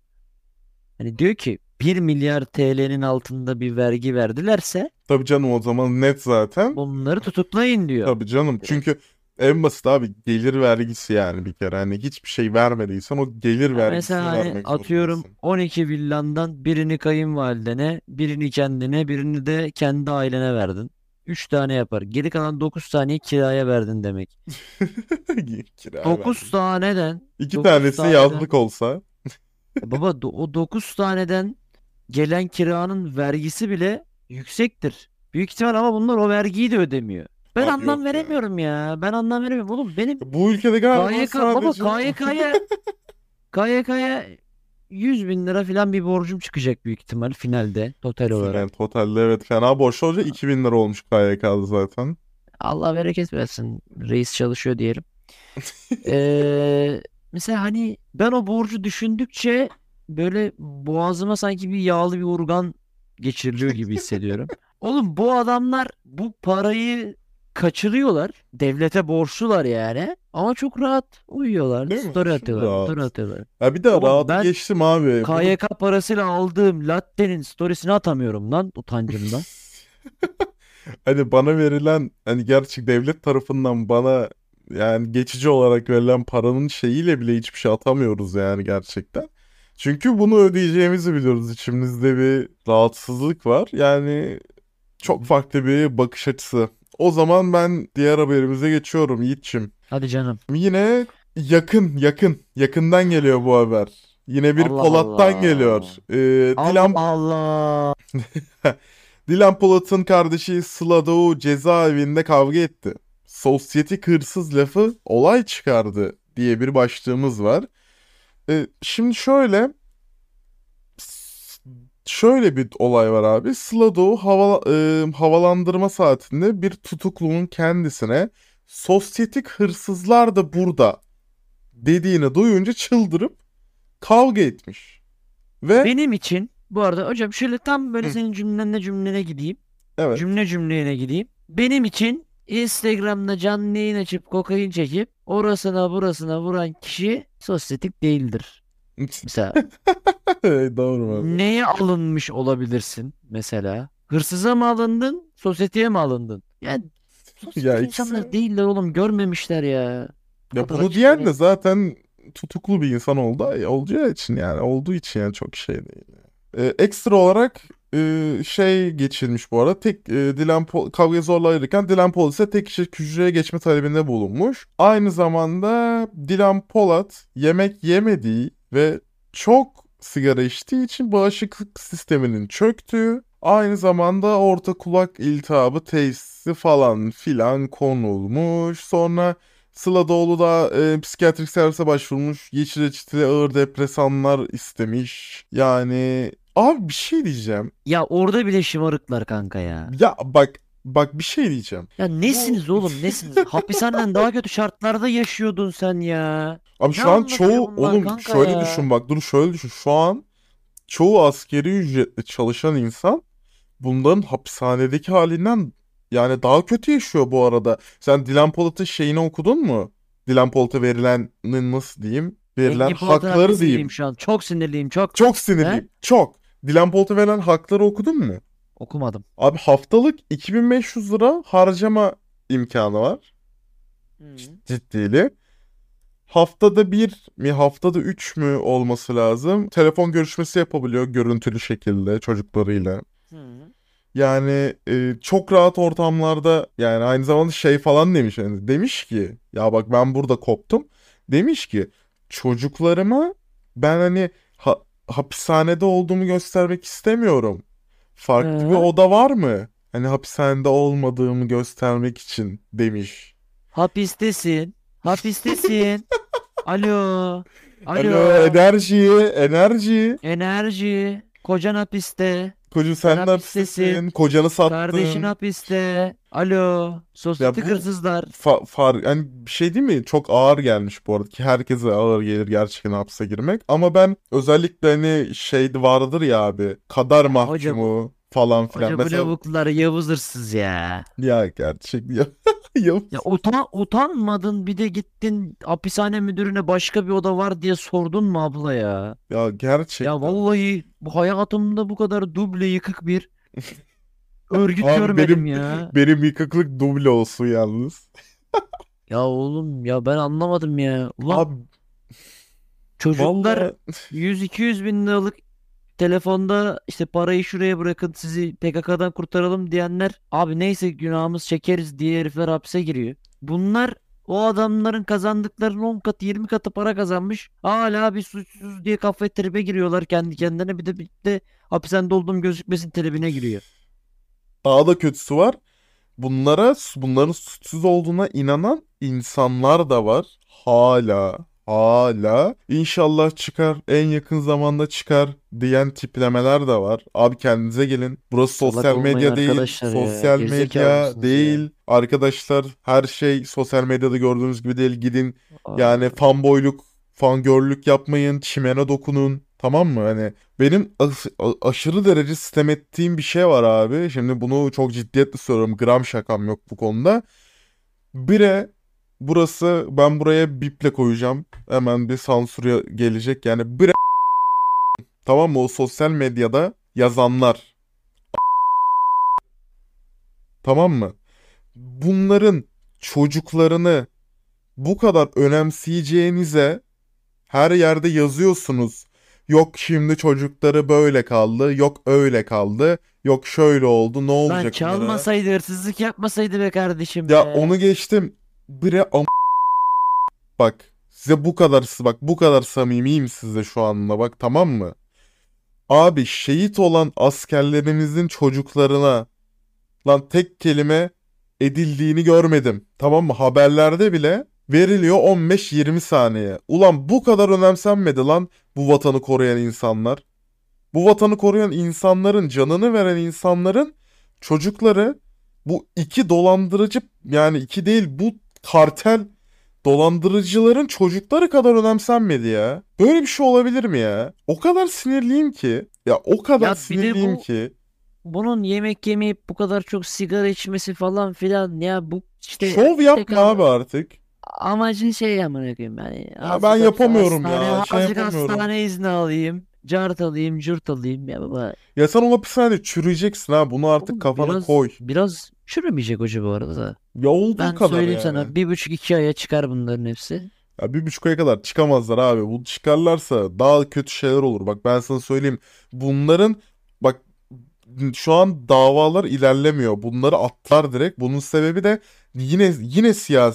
Hani diyor ki 1 milyar TL'nin altında bir vergi verdilerse Tabii canım, o zaman net zaten. bunları tutuklayın diyor. Tabii canım. Direkt. Çünkü en basit abi, gelir vergisi yani bir kere. Hani hiçbir şey vermediysen o gelir Ya mesela vergisini hani vermek atıyorum zorundasın. 12 villandan birini kayınvalidene, birini kendine, birini de kendi ailene verdin. 3 tane yapar. Geri kalan 9 taneyi kiraya verdin demek. Kiraya 9 verdim. taneden İki 9 tanesi taneden yazlık olsa. baba, o 9 taneden gelen kiranın vergisi bile yüksektir. Büyük ihtimal, ama bunlar o vergiyi de ödemiyor. Ben Abi anlam yok ya. veremiyorum ya. Ben anlam veremiyorum. Oğlum benim Bu ülkede galiba KYK, baba sadece KYK'ya 100 bin lira falan bir borcum çıkacak büyük ihtimal finalde, total final olarak. totalde evet, fena borç olunca 2000 lira olmuş KYK'da zaten. Allah bereket versin. Reis çalışıyor diyelim. Ee, Mesela hani ben o borcu düşündükçe böyle boğazıma sanki bir yağlı bir urgan geçiriliyor gibi hissediyorum. Oğlum bu adamlar bu parayı kaçırıyorlar. Devlete borçlular yani. Ama çok rahat uyuyorlar. Değil mi? Story Aşırı atıyorlar. Story rahat. atıyorlar. Ya bir de Oğlum rahatı ben geçtim abi. Bunu KYK parasıyla aldığım latte'nin storiesini atamıyorum lan, utancımdan. hani bana verilen, hani gerçek devlet tarafından bana yani geçici olarak verilen paranın şeyiyle bile hiçbir şey atamıyoruz yani gerçekten. Çünkü bunu ödeyeceğimizi biliyoruz. İçimizde bir rahatsızlık var. Yani Hı çok hı. farklı bir bakış açısı. O zaman ben diğer haberimize geçiyorum Yiğit'çim. Hadi canım. Yine yakından geliyor bu haber. Yine bir Allah Polat'tan geliyor. Allah. Allah Dilan Allah. Dilan Polat'ın kardeşi Sıla Doğu cezaevinde kavga etti. Sosyetik hırsız lafı olay çıkardı diye bir başlığımız var. Şimdi şöyle bir olay var abi. Sıla Doğu havalandırma saatinde bir tutuklunun kendisine sosyetik hırsızlar da burada dediğini duyunca çıldırıp kavga etmiş. Ve Benim için bu arada hocam, şöyle tam böyle hı, senin cümlene gideyim. evet. Cümlene gideyim. Benim için Instagram'da canlı yayın açıp kokain çekip orasına burasına vuran kişi sosyetik değildir. Mesela Doğru abi. neye alınmış olabilirsin mesela? Hırsıza mı alındın, sosyeteye mi alındın? Yani Ya sosyetik insanlar ikisi. değiller oğlum, görmemişler ya. Bu Ya kadar bunu açık ve diyen de net. zaten tutuklu bir insan olacağı için yani, olduğu için yani çok şey değil. Ekstra olarak şey geçirmiş bu arada. Kavgayı zorla ayırırken Dilan Polat ise tek kişilik hücreye geçme talebinde bulunmuş. Aynı zamanda Dilan Polat yemek yemediği ve çok sigara içtiği için bağışıklık sisteminin çöktüğü, aynı zamanda orta kulak iltihabı teşhisi falan filan konulmuş. Sonra Sıla Doğulu da psikiyatrik servise başvurmuş. Yeşil reçeteli ağır depresanlar istemiş. Yani abi bir şey diyeceğim. Ya orada bile şımarıklar kanka ya. Ya bak bir şey diyeceğim. Ya Bu nesiniz oğlum nesiniz? Hapishaneden daha kötü şartlarda yaşıyordun sen ya. abi Ne şu an anlatıyor çoğu bunlar oğlum kanka şöyle ya? düşün bak dur şöyle düşün. Şu an çoğu askeri ücretle çalışan insan bunların hapishanedeki halinden yani daha kötü yaşıyor bu arada. Sen Dilan Polat'ın şeyini okudun mu? Dilan Polat'a verilenin nasıl diyeyim? Verilen Engin Polat'ın hakları annesiyim diyeyim. şu an. Çok sinirliyim çok. Çok He? sinirliyim. Çok. Dilan Polat'a verilen hakları okudun mu? Okumadım. Abi haftalık 2500 lira harcama imkanı var. Hı. Ciddili. Haftada bir mi haftada üç mü olması lazım. Telefon görüşmesi yapabiliyor görüntülü şekilde çocuklarıyla. Hı. Yani çok rahat ortamlarda yani aynı zamanda şey falan demiş. Yani demiş ki ya bak ben burada koptum. Demiş ki çocuklarıma ben hani hapishanede olduğumu göstermek istemiyorum. Farklı bir Hı. oda var mı? Hani hapishanede olmadığımı göstermek için demiş. Hapistesin. Hapistesin. Alo. Alo Alo. enerji. Enerji. Kocan hapiste. Kocu Sen sen de hapistesin. hapistesin. Kocanı Kardeşin sattın. hapiste. Alo. Ya Sosyetik bu hırsızlar. yani bir şey değil mi? Çok ağır gelmiş bu arada ki herkese ağır gelir gerçekten hapse girmek. Ama ben özellikle hani şey vardır ya abi kader Ya hoca bu. mahkumu falan filan. Hoca bu Mesela lavuklar Yavuz hırsız ya. ya gerçek ya. Ya, Ya utanmadın bir de gittin hapishane müdürüne başka bir oda var diye sordun mu abla ya? ya Ya gerçekten. vallahi bu hayatımda bu kadar duble yıkık bir örgüt Abi görmedim benim ya. benim yıkıklık duble olsun yalnız. Ya oğlum ya ben anlamadım ya. Ulan Abi çocuklar vallahi 100-200 bin liralık telefonda işte parayı şuraya bırakın sizi PKK'dan kurtaralım diyenler abi neyse günahımız çekeriz diye herifler hapse giriyor. Bunlar o adamların kazandıklarının 10 katı 20 katı para kazanmış. Hala bir suçsuz diye kafa tribe giriyorlar kendi kendine bir de hapishanede olduğum gözükmesin tribine giriyor. daha da kötüsü var. Bunların suçsuz olduğuna inanan insanlar da var. Hala. İnşallah çıkar, en yakın zamanda çıkar diyen tiplemeler de var. Abi kendinize gelin. Burası Salak sosyal olmayın medya değil. arkadaşlar ya. Sosyal Gerizekalı medya mısınız ya? değil. Arkadaşlar her şey sosyal medyada gördüğünüz gibi değil. Gidin yani Aa, fanboyluk, fangörlük yapmayın. Çimene dokunun. Tamam mı? Hani benim aşırı derece sitem ettiğim bir şey var abi. Şimdi bunu çok ciddiyetle söylüyorum. Gram şakam yok bu konuda. Bire burası ben buraya biple koyacağım. Hemen bir sansür gelecek. Yani bire tamam mı? O sosyal medyada yazanlar. Tamam mı? Bunların çocuklarını bu kadar önemseyeceğinize her yerde yazıyorsunuz. Yok şimdi çocukları böyle kaldı. Yok öyle kaldı. Yok şöyle oldu. Ne lan olacak onlara? çalmasaydı hırsızlık yapmasaydı be kardeşim Ya be. onu geçtim. Bre bak size bu kadar samimiyim size şu anda bak tamam mı? Abi şehit olan askerlerimizin çocuklarına lan tek kelime edildiğini görmedim. Tamam mı? Haberlerde bile veriliyor 15-20 saniye. Ulan bu kadar önemsenmedi lan bu vatanı koruyan insanlar. Bu vatanı koruyan insanların, canını veren insanların çocukları bu iki dolandırıcı yani iki değil bu kartel dolandırıcıların çocukları kadar önemsenmedi ya. Böyle bir şey olabilir mi ya? O kadar sinirliyim ki. Ya o kadar Ya bir de sinirliyim bu ki. bunun yemek yemeyip bu kadar çok sigara içmesi falan filan ya bu işte Şov tek yapma abi artık. amacın şey amına koyayım yani Ya ben azıcık yapamıyorum hastane ya. Şey azıcık yapamıyorum. hastane izni alayım cart alayım cürt alayım ya baba. Ya sen o hapishanede çürüyeceksin ha. Bunu artık Oğlum kafana biraz koy. biraz çürümeyecek hoca bu arada da. Ya olduğu Ben kadar söyleyeyim yani. sana 1,5-2 aya çıkar bunların hepsi. Ya 1,5 aya kadar çıkamazlar abi. Bu çıkarlarsa daha kötü şeyler olur. Bak ben sana söyleyeyim. Bunların bak şu an davalar ilerlemiyor. Bunları attılar direkt. Bunun sebebi de yine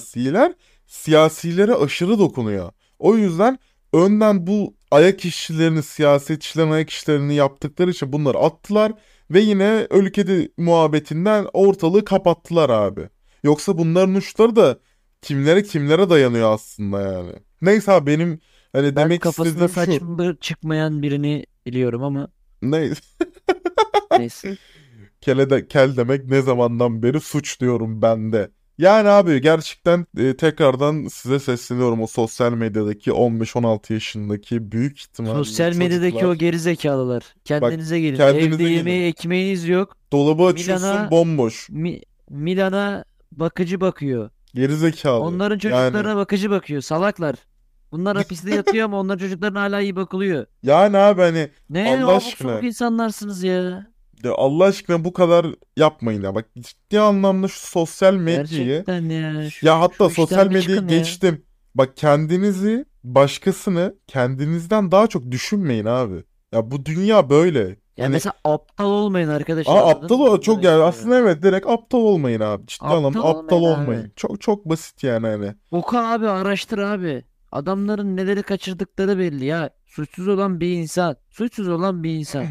siyasilere aşırı dokunuyor. O yüzden önden bu ayak işçilerini, siyasetçilerin ayak işlerini yaptıkları için bunları attılar ve yine ülkede muhabbetinden ortalığı kapattılar abi. Yoksa bunların uçları da kimlere dayanıyor aslında yani. Neyse abi, benim hani Ben demek kafasında istediğim saç şu. çıkmayan birini biliyorum ama Ne? neyse. Kel demek ne zamandan beri suç diyorum ben de. Yani abi gerçekten tekrardan size sesleniyorum, o sosyal medyadaki 15-16 yaşındaki büyük ihtimalle Sosyal medyadaki o çocuklar. geri zekalılar. Bak, Kendinize gelin. Evde kendinize gelin. yemeği ekmeğiniz yok. Dolabı açıyorsun Milan'a bomboş. Milan'a bakıcı bakıyor. Gerizekalı. Onların Yani. çocuklarına bakıcı bakıyor. Salaklar. Bunlar hapiste yatıyor ama onların çocuklarına hala iyi bakılıyor. Yani abi hani Ne Allah abuk sabuk aşkına. insanlarsınız ya. Ya Allah aşkına bu kadar yapmayın ya. Bak, ciddi anlamda şu sosyal medyayı, Gerçekten ya. ya Şu hatta sosyal işten bir medyayı çıkın ya. geçtim. Bak, başkasını kendinizden daha çok düşünmeyin abi. Ya bu dünya böyle. Ya Hani mesela aptal olmayın arkadaşlar, anladın aptal mı? ol Bunu çok, demek yani istiyorum. aslında evet, direkt aptal olmayın abi. Ciddi anlamda Aptal aptal olmayın abi. olmayın. Çok çok basit yani hani. Oku abi, araştır abi. Adamların neleri kaçırdıkları belli ya. Suçsuz olan bir insan. Suçsuz olan bir insan.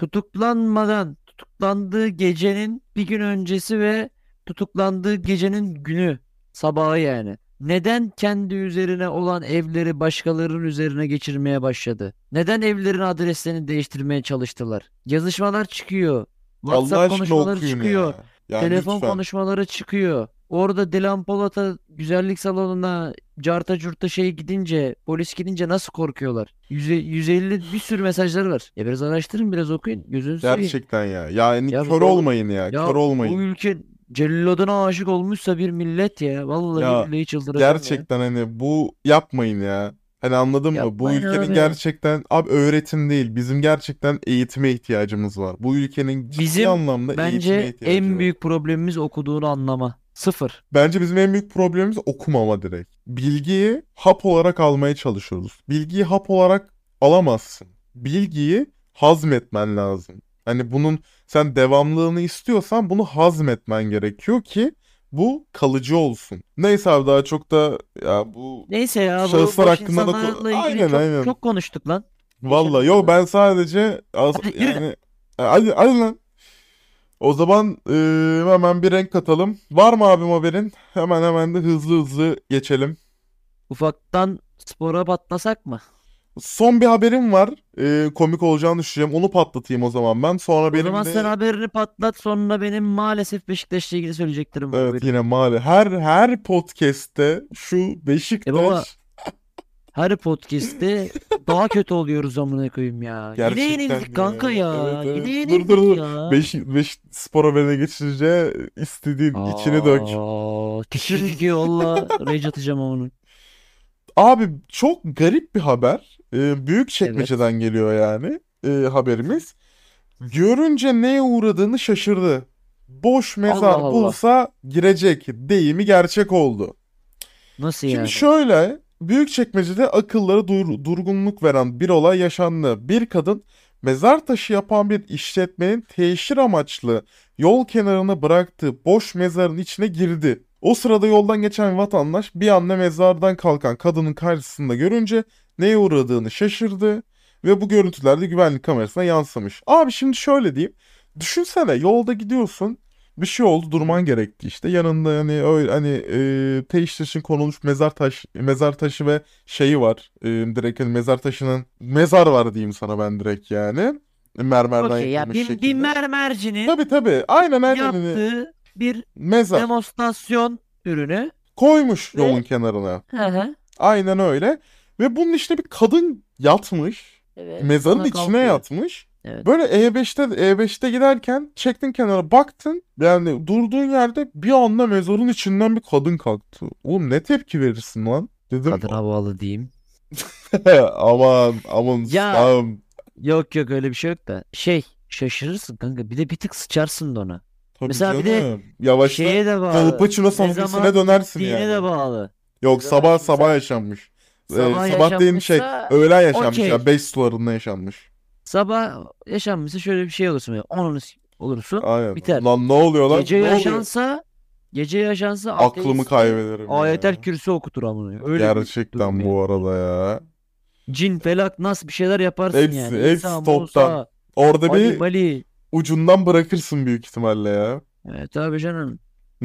Tutuklandığı gecenin bir gün öncesi ve tutuklandığı gecenin günü. Sabahı yani. Neden kendi üzerine olan evleri başkalarının üzerine geçirmeye başladı? Neden evlerin adreslerini değiştirmeye çalıştılar? Yazışmalar çıkıyor. Allah WhatsApp aşkına konuşmaları okuyun çıkıyor. ya. Yani Telefon lütfen. konuşmaları çıkıyor. Orada Dilan Polat'a güzellik salonuna carta curta şey gidince, polis gidince nasıl korkuyorlar? 150 bir sürü mesajları var. Ya biraz araştırın, biraz okuyun. Gözünüzü seveyim. Gerçekten ya. Yani Ya kör olmayın ya. Kör bu olmayın. ülke celladına aşık olmuşsa bir millet ya. Vallahi Ya billahi çıldıracağım ya. gerçekten hani bu yapmayın ya. Hani anladın mı? Bu Yapmayın ülkenin abi. gerçekten abi öğretim değil. Bizim gerçekten eğitime ihtiyacımız var. Bu ülkenin ciddi Bizim anlamda eğitime bence ihtiyacı en var. büyük problemimiz okuduğunu anlama. Sıfır. Bence bizim en büyük problemimiz okumama direkt. Bilgiyi hap olarak almaya çalışıyoruz. Bilgiyi hap olarak alamazsın. Bilgiyi hazmetmen lazım. Hani bunun sen devamlılığını istiyorsan bunu hazmetmen gerekiyor ki bu kalıcı olsun. Neyse abi, daha çok da ya bu Neyse ya, bu şahıslar boş hakkında da insanlarla ilgili aynen çok aynen. çok konuştuk lan. Vallahi yok, Yaşadığımızı. ben sadece Hadi yürü git. yani hadi lan. O zaman hemen bir renk katalım. Var mı abim haberin? Hemen de hızlı hızlı geçelim. Ufaktan spora patlasak mı? Son bir haberim var. Komik olacağını düşünüyorum. Onu patlatayım o zaman ben. Sonra O zaman benim sen de haberini patlat, sonra benim maalesef Beşiktaş'la ilgili söyleyeceklerim var, evet, buyurun. yine mali her podcast'te şu Baba, Beşiktaş her podcast'te daha kötü oluyoruz amına koyayım ya. Yine gerçekten yenildik kanka ya. Evet ya. Yine evet. Dur. yenildik dur. ya. Beş spora beni geçirince istediğin içini dök. Tiki valla rage atacağım onu. Abi çok garip bir haber. Evet. Büyükçekmece'den geliyor yani haberimiz. Görünce neye uğradığını şaşırdı. Boş Allah mezar Allah. bulsa girecek deyimi gerçek oldu. Nasıl Şimdi yani? şöyle, Büyükçekmece'de akıllara durgunluk veren bir olay yaşandı. Bir kadın mezar taşı yapan bir işletmenin teşhir amaçlı yol kenarına bıraktığı boş mezarın içine girdi. O sırada yoldan geçen bir vatandaş bir anda mezardan kalkan kadının karşısında görünce neye uğradığını şaşırdı ve bu görüntüler de güvenlik kamerasına yansımış. Abi şimdi şöyle diyeyim. Düşünsene, yolda gidiyorsun. Bir şey oldu, durman gerekti işte. Yanında hani öyle hani teşhir için konulmuş mezar taşı ve şeyi var. Direkt hani mezar taşının mezar var diyeyim sana ben direkt yani. Mermerden Okey ya, yapılmış bir şekilde. mermercinin Tabii aynen hani yaptığı bir mezar demonstrasyon ürünü. koymuş yolun Ve kenarına. hı hı. Aynen öyle. Ve bunun işte bir kadın yatmış. Evet, Mezarın sonra içine kalkıyor. yatmış. Evet. Böyle E5'te giderken çektin kenara baktın. Yani durduğun yerde bir anda mezarın içinden bir kadın kalktı. Oğlum ne tepki verirsin lan? Dedim Kadın havalı diyeyim. aman Ya ustam. yok öyle bir şey yok da. Şaşırırsın kanka. Bir de bir tık sıçarsın da ona. Tabii Mesela bir de canım. Yavaştan şeye de bağlı. Kolpaçino Ne sahnesine zaman dönersin gittiğine de yani. bağlı. Yok, Ne zaman sabah şimdi sabah sen yaşanmış. sabah Sabah değil yaşanmışsa öğlen yaşanmış ya. okey. 5 sularında yaşanmış. Sabah yaşanmışsa şöyle bir şey olursun. Böyle, onun olursun. Aynen. Biter. Lan ne oluyor lan? Gece Ne oluyor? yaşansa Aklımı ateiste kaybederim ayetel ya. kürsü okutur amına. Öyle bir durum Gerçekten yani. bu arada ya. Cin, felak, nas bir şeyler yaparsın Hepsi, yani. hepsi İsa, toptan. Musa, Orada Ali, bir Mali. ucundan bırakırsın büyük ihtimalle ya. Evet abi canım.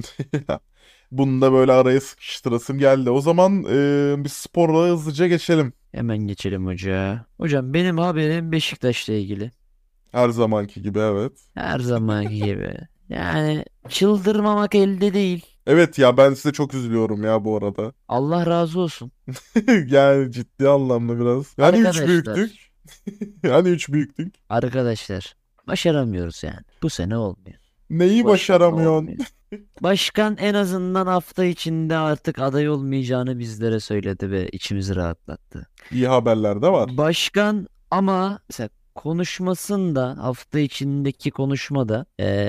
Bunu da böyle araya sıkıştırasım geldi. O zaman bir sporla hızlıca geçelim. Hemen geçelim hoca. Hocam benim haberim Beşiktaş'la ilgili. Her zamanki gibi, evet. Her zamanki gibi. Yani çıldırmamak elde değil. Evet ya, ben size çok üzülüyorum ya bu arada. Allah razı olsun. Yani ciddi anlamda biraz. Yani üç büyüktük. Arkadaşlar. Yani üç büyüktük. Arkadaşlar. Başaramıyoruz yani. Bu sene olmuyor. Neyi Başkan başaramıyorsun? olmuyor. Başkan en azından hafta içinde artık aday olmayacağını bizlere söyledi ve içimizi rahatlattı. İyi haberler de var. Başkan ama mesela konuşmasında hafta içindeki konuşmada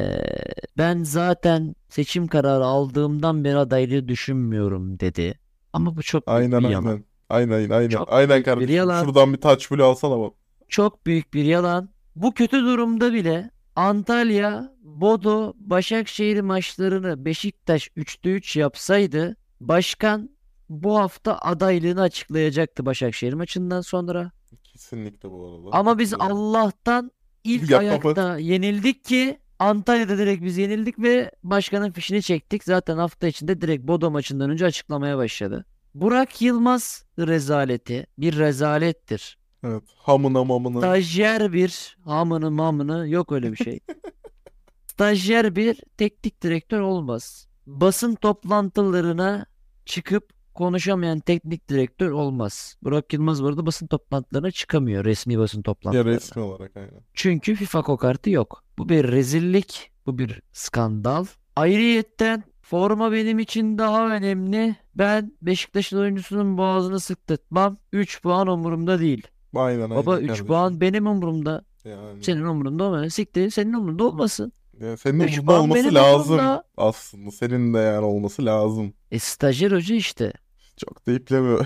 ben zaten seçim kararı aldığımdan beri adaylığı düşünmüyorum dedi. Ama bu çok büyük Aynen bir yalan. aynen. Aynen aynen. Çok Aynen büyük bir kardeşim. yalan. Şuradan bir taç bulu alsana bak. Çok büyük bir yalan. Bu kötü durumda bile Antalya, Bodo, Başakşehir maçlarını Beşiktaş 3'te 3 yapsaydı başkan bu hafta adaylığını açıklayacaktı Başakşehir maçından sonra. Kesinlikle bu arada. Ama biz Katılıyorum. Allah'tan ilk Yapamadı. ayakta yenildik ki Antalya'da direkt biz yenildik ve başkanın fişini çektik. Zaten hafta içinde direkt Bodo maçından önce açıklamaya başladı. Burak Yılmaz rezaleti bir rezalettir. Evet. Hamına mamına. Stajyer bir hamını mamını yok öyle bir şey. Stajyer bir teknik direktör olmaz. Basın toplantılarına çıkıp konuşamayan teknik direktör olmaz. Burak Yılmaz bu arada basın toplantılarına çıkamıyor. Resmi basın Ya toplantılarına. resmi olarak aynen. Çünkü FIFA kokartı yok. Bu bir rezillik. Bu bir skandal. Ayrıyetten forma benim için daha önemli. Ben Beşiktaş'ın oyuncusunun boğazını sıktırtmam. 3 puan umurumda değil. Aynen Baba aynen 3 kardeşim. puan benim umurumda. Yani. Senin umurunda olmasın. Siktir senin umurunda olmasın. Ya senin 3 umurunda puan olması benim lazım umurumda. aslında. Senin de yani olması lazım. Stajyer hoca işte. Çok da iplemiyor.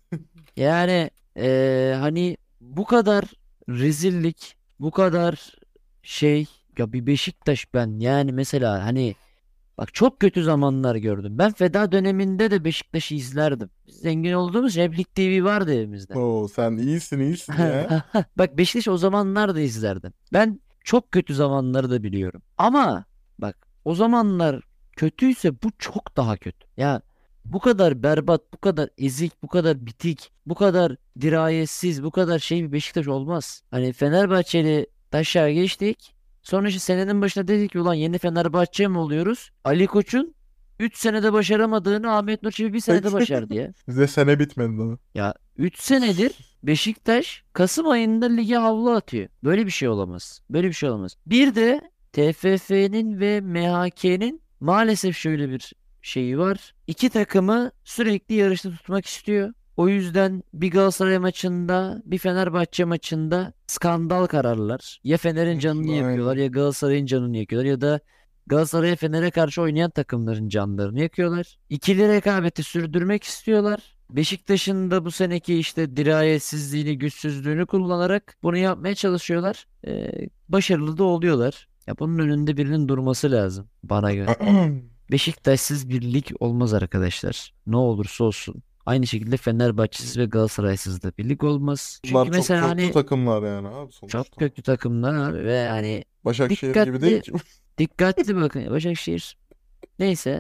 Yani hani bu kadar rezillik, bu kadar şey ya bir Beşiktaş ben yani mesela hani bak çok kötü zamanlar gördüm. Ben Feda döneminde de Beşiktaş'ı izlerdim. Biz zengin olduğumuz için hep Lig TV vardı evimizde. Oo, sen iyisin ya. Bak Beşiktaş o zamanlar da izlerdim. Ben çok kötü zamanları da biliyorum. Ama bak o zamanlar kötüyse bu çok daha kötü. Ya bu kadar berbat, bu kadar ezik, bu kadar bitik, bu kadar dirayetsiz, bu kadar şey bir Beşiktaş olmaz. Hani Fenerbahçeli taşlar geçtik. Sonra işte senenin başında dedik ki ulan yeni Fenerbahçe mi oluyoruz? Ali Koç'un 3 senede başaramadığını Ahmet Nur Çebi bir senede başardı ya. Bize sene bitmedi daha. Ya 3 senedir Beşiktaş Kasım ayında lige havlu atıyor. Böyle bir şey olamaz. Böyle bir şey olamaz. Bir de TFF'nin ve MHK'nin maalesef şöyle bir şeyi var. İki takımı sürekli yarışta tutmak istiyor. O yüzden bir Galatasaray maçında, bir Fenerbahçe maçında skandal kararlar. Ya Fener'in canını yakıyorlar, Aynen. ya Galatasaray'ın canını yakıyorlar ya da Galatasaray'a Fener'e karşı oynayan takımların canlarını yakıyorlar. İkili rekabeti sürdürmek istiyorlar. Beşiktaş'ın da bu seneki işte dirayetsizliğini, güçsüzlüğünü kullanarak bunu yapmaya çalışıyorlar. Başarılı da oluyorlar. Ya bunun önünde birinin durması lazım bana göre. Beşiktaşsız bir lig olmaz arkadaşlar. Ne olursa olsun. Aynı şekilde Fenerbahçesiz ve Galatasaray'sız da bir lig olmaz. Bunlar Çünkü çok mesela köklü hani takımlar yani abi çok sonuçta. köklü takımlar ve hani Başakşehir gibi değil dikkatli ki. dikkatli bakın Başakşehir. Neyse.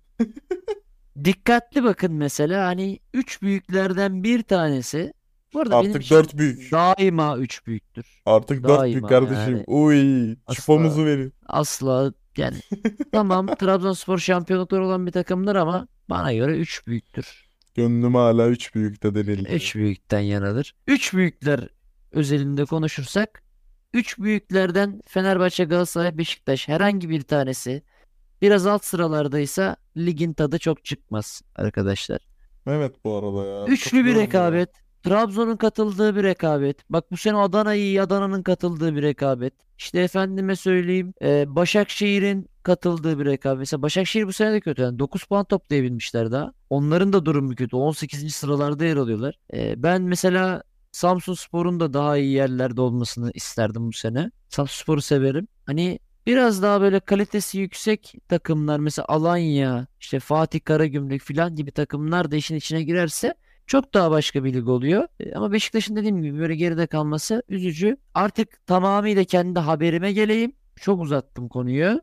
Dikkatli bakın mesela hani üç büyüklerden bir tanesi. Bu arada benim Artık için dört büyük. daima üç büyüktür. Artık dört büyük Daima kardeşim. yani Uy, asla çipomuzu verin. asla yani tamam Trabzonspor şampiyonlukları olan bir takımdır ama bana göre üç büyüktür. Gönlüm hala üç büyükte denildi. Üç büyükten yanadır. Üç büyükler özelinde konuşursak üç büyüklerden Fenerbahçe, Galatasaray, Beşiktaş herhangi bir tanesi biraz alt sıralardaysa ligin tadı çok çıkmaz arkadaşlar. Evet bu arada ya. Üçlü bir Katılıyorum buna. rekabet. Trabzon'un katıldığı bir rekabet. Bak bu sene Adana iyi, Adana'nın katıldığı bir rekabet. İşte efendime söyleyeyim Başakşehir'in katıldığı bir rekabet. Mesela Başakşehir bu sene de kötü. Yani 9 puan toplayabilmişler daha. Onların da durumu kötü. 18. sıralarda yer alıyorlar. Ben mesela Samsunspor'un da daha iyi yerlerde olmasını isterdim bu sene. Samsunspor'u severim. Hani Biraz daha böyle kalitesi yüksek takımlar, mesela Alanya, işte Fatih Karagümrük falan gibi takımlar da işin içine girerse çok daha başka bir lig oluyor. Ama Beşiktaş'ın dediğim gibi böyle geride kalması üzücü. Artık tamamıyla kendi haberime geleyim. Çok uzattım konuyu.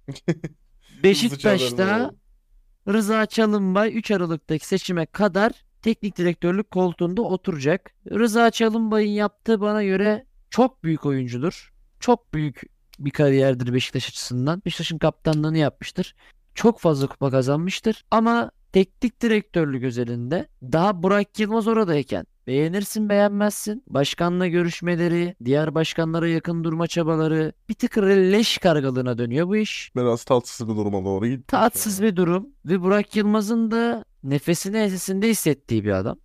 Hızlıca haberimizi Beşiktaş'ta alalım. Rıza Çalınbay 3 Aralık'taki seçime kadar teknik direktörlük koltuğunda oturacak. Rıza Çalınbay'ın yaptığı bana göre çok büyük oyuncudur. Çok büyük bir kariyerdir Beşiktaş açısından. Beşiktaş'ın kaptanlığını yapmıştır. Çok fazla kupa kazanmıştır. Ama teknik direktörlük özelinde daha Burak Yılmaz oradayken beğenirsin beğenmezsin. Başkanla görüşmeleri, diğer başkanlara yakın durma çabaları bir tık leş kargalığına dönüyor bu iş. Biraz tatsız bir duruma doğru gittik Tatsız yani. bir durum ve Burak Yılmaz'ın da nefesini ensesinde hissettiği bir adam.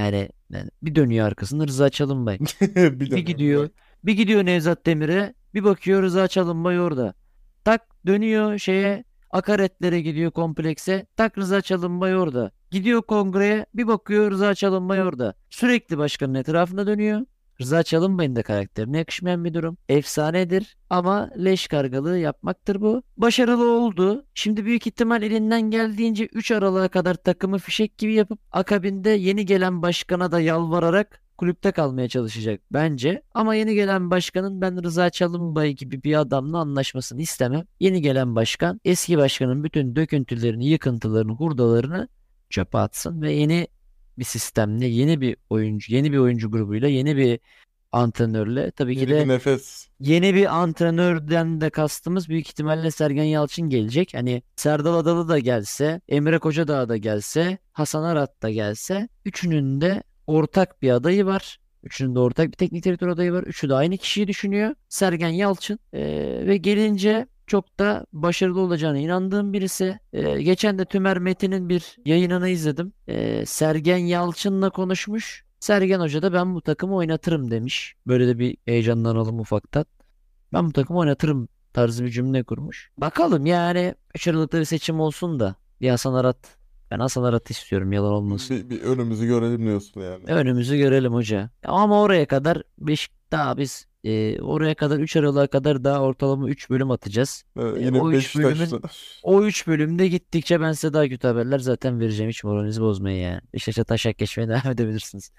Yani bir dönüyor arkasında Rıza Çalınbay. Bir Bir dönem bırak. gidiyor. Bir gidiyor Nevzat Demir'e. Bir bakıyor Rıza Çalınbay orada. Tak dönüyor şeye, akaretlere gidiyor, komplekse. Tak Rıza Çalınbay orada. Gidiyor kongreye. Bir bakıyor Rıza Çalınbay orada. Sürekli başkanın etrafında dönüyor. Rıza Çalınbay'ın da karakterine yakışmayan bir durum. Efsanedir ama leş kargalığı yapmaktır bu. Başarılı oldu. Şimdi büyük ihtimal elinden geldiğince 3 Aralık'a kadar takımı fişek gibi yapıp akabinde yeni gelen başkana da yalvararak kulüpte kalmaya çalışacak bence. Ama yeni gelen başkanın ben Rıza Çalınbay gibi bir adamla anlaşmasını istemem. Yeni gelen başkan eski başkanın bütün döküntülerini, yıkıntılarını, hurdalarını çöpe atsın ve yeni bir sistemle, yeni bir oyuncu grubuyla, yeni bir antrenörle, tabii ki Yeni bir de nefes. yeni bir antrenörden de kastımız büyük ihtimalle Sergen Yalçın gelecek. Hani Serdal Adalı da gelse, Emre Kocadağ da gelse, Hasan Arat da gelse, üçünün de ortak bir adayı var. Üçünün de ortak bir teknik direktör adayı var. Üçü de aynı kişiyi düşünüyor. Sergen Yalçın. Ve gelince çok da başarılı olacağına inandığım birisi. Geçen de Tümer Metin'in bir yayınını izledim. Sergen Yalçın'la konuşmuş. Sergen Hoca da ben bu takımı oynatırım demiş. Böyle de bir heyecanlanalım ufaktan. Ben bu takımı oynatırım tarzı bir cümle kurmuş. Bakalım yani 3 Aralık'ta bir seçim olsun da bir Hasan Arat. Ben Hasan Arat'ı istiyorum, yalan olmasın. Bir önümüzü görelim diyorsun yani. Önümüzü görelim hoca. Ama oraya kadar daha biz oraya kadar 3 Aralık'a kadar daha ortalama 3 bölüm atacağız. Yine O 3 Beşiktaş'ta. bölümün o 3 bölümde gittikçe ben size daha kötü haberler zaten vereceğim. Hiç moralinizi bozmayın yani. Beşiktaş'a taşak geçmeye devam edebilirsiniz.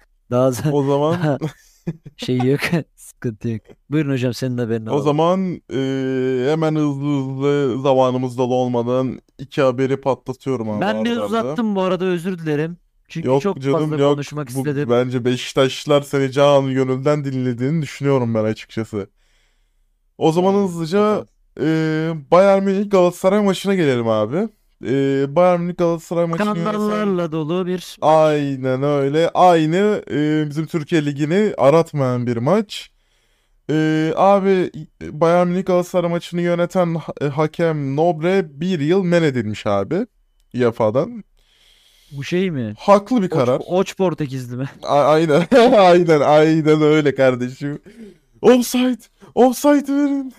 O zaman Daha şey yok. Sıkıntı yok. Buyurun hocam, senin haberini o alalım. zaman hemen hızlı hızlı zamanımız dolu olmadan iki haberi patlatıyorum abi Ben biraz arda arda. uzattım bu arada, özür dilerim. Çünkü Yok çok canım fazla yok. konuşmak Bu istedim. bence Beşiktaşlılar seni canı gönülden dinlediğini düşünüyorum ben açıkçası. O zaman hızlıca Bakalım. Bayern Münih Galatasaray maçına gelelim abi. Bayern Münih Galatasaray maçını yöneten Skandallarla dolu bir maç. aynen öyle. Aynı bizim Türkiye Ligi'ni aratmayan bir maç. Abi Bayern Münih Galatasaray maçını yöneten hakem Nobre bir yıl men edilmiş abi. UEFA'dan. Bu şey mi? Haklı bir karar. Oç Portekizli mi? Aynen. Aynen öyle kardeşim. Offside. Offside verin.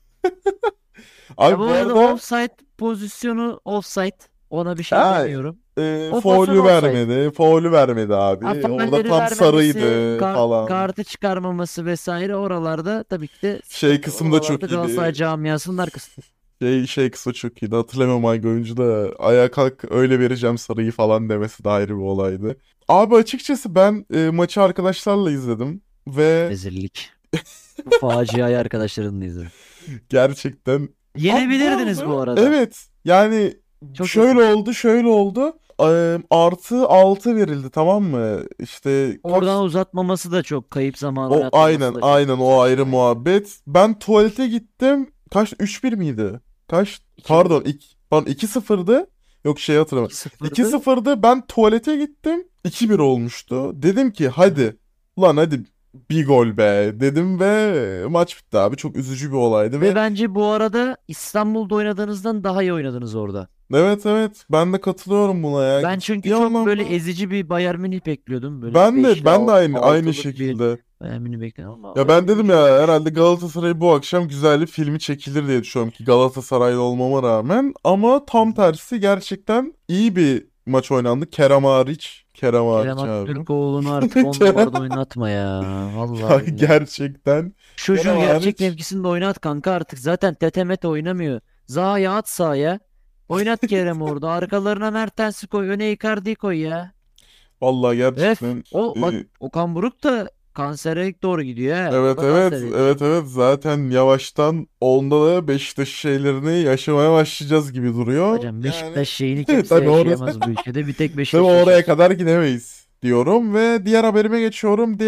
Ya bu Abi bu arada arada offside pozisyonu offside. Ona bir şey ha, demiyorum. O pozisyon faulü offside. vermedi. Faulü vermedi Ha, abi. Orada faulleri tam vermemesi, sarıydı falan. kartı çıkarmaması vesaire, oralarda tabii ki de Şey sıkıntı. kısımda Oralarda çok Galatasaray iyiydi. camiasının arkasında. Şey kısmı çok iyiydi. Hatırlamıyorum hangi oyuncu da ayağa kalk öyle vereceğim sarıyı falan demesi de ayrı bir olaydı. Abi açıkçası ben maçı arkadaşlarla izledim ve Rezillik. Bu faciayı arkadaşlarınla izledim. gerçekten abi bu Yenebilirdiniz bu arada arada. evet yani Çok şöyle yakın. oldu şöyle oldu. Artı 6 verildi tamam mı? İşte kaç Oradan uzatmaması da çok kayıp, zaman o oynatmaması da çok o ayrı saçmaydı. muhabbet. Ben tuvalete gittim. Kaç 3-1 miydi? Kaç 2-1. pardon 2-0'dı. Yok şey hatırlamıyorum. 2-0'dı. 2-0'dı ben tuvalete gittim. 2-1 olmuştu. Dedim ki hadi ulan hadi bir gol be dedim ve maç bitti abi. Çok üzücü bir olaydı Ve ve bence bu arada İstanbul'da oynadığınızdan daha iyi oynadınız orada. evet ben de katılıyorum buna ya. Ben çünkü Ciddi çok böyle anlamda ezici bir Bayern Münih bekliyordum. Böyle ben de beşli ben de aynı altılık bir şekilde. Bayern Münih bekliyordum ama Ya öyle ben bir dedim maç oldu. ya herhalde Galatasaray bu akşam güzel bir filmi çekilir diye düşünüyorum ki Galatasaraylı olmama rağmen ama tam tersi gerçekten iyi bir maç oynandı. Kerem hariç. Kerem Kerem hariç abi. Aktürkoğlu'nu artık 10 Kerem numarada oynatma ya. ya Vallahi billahi. gerçekten. Kerem Çocuğu gerçek hariç. mevkisinde oynat kanka artık. Zaten Tetemet oynamıyor. Zaha'ya at sahaya. Oynat Kerem orada. Arkalarına Mertens'i koy. Öne Icardi'yi koy ya. Vallahi Ref. gerçekten. O bak, Okan Buruk da kansere doğru gidiyor ha. O Evet da evet kanser edecek. evet evet, zaten yavaştan onda da Beşiktaş şeylerini yaşamaya başlayacağız gibi duruyor. Hocam Yani Beşiktaş şeyini kimse tabii orası yaşayamaz bu ülkede. Bir tek tabii Beşiktaş oraya yaşar. kadar gidemeyiz diyorum ve diğer haberime geçiyorum.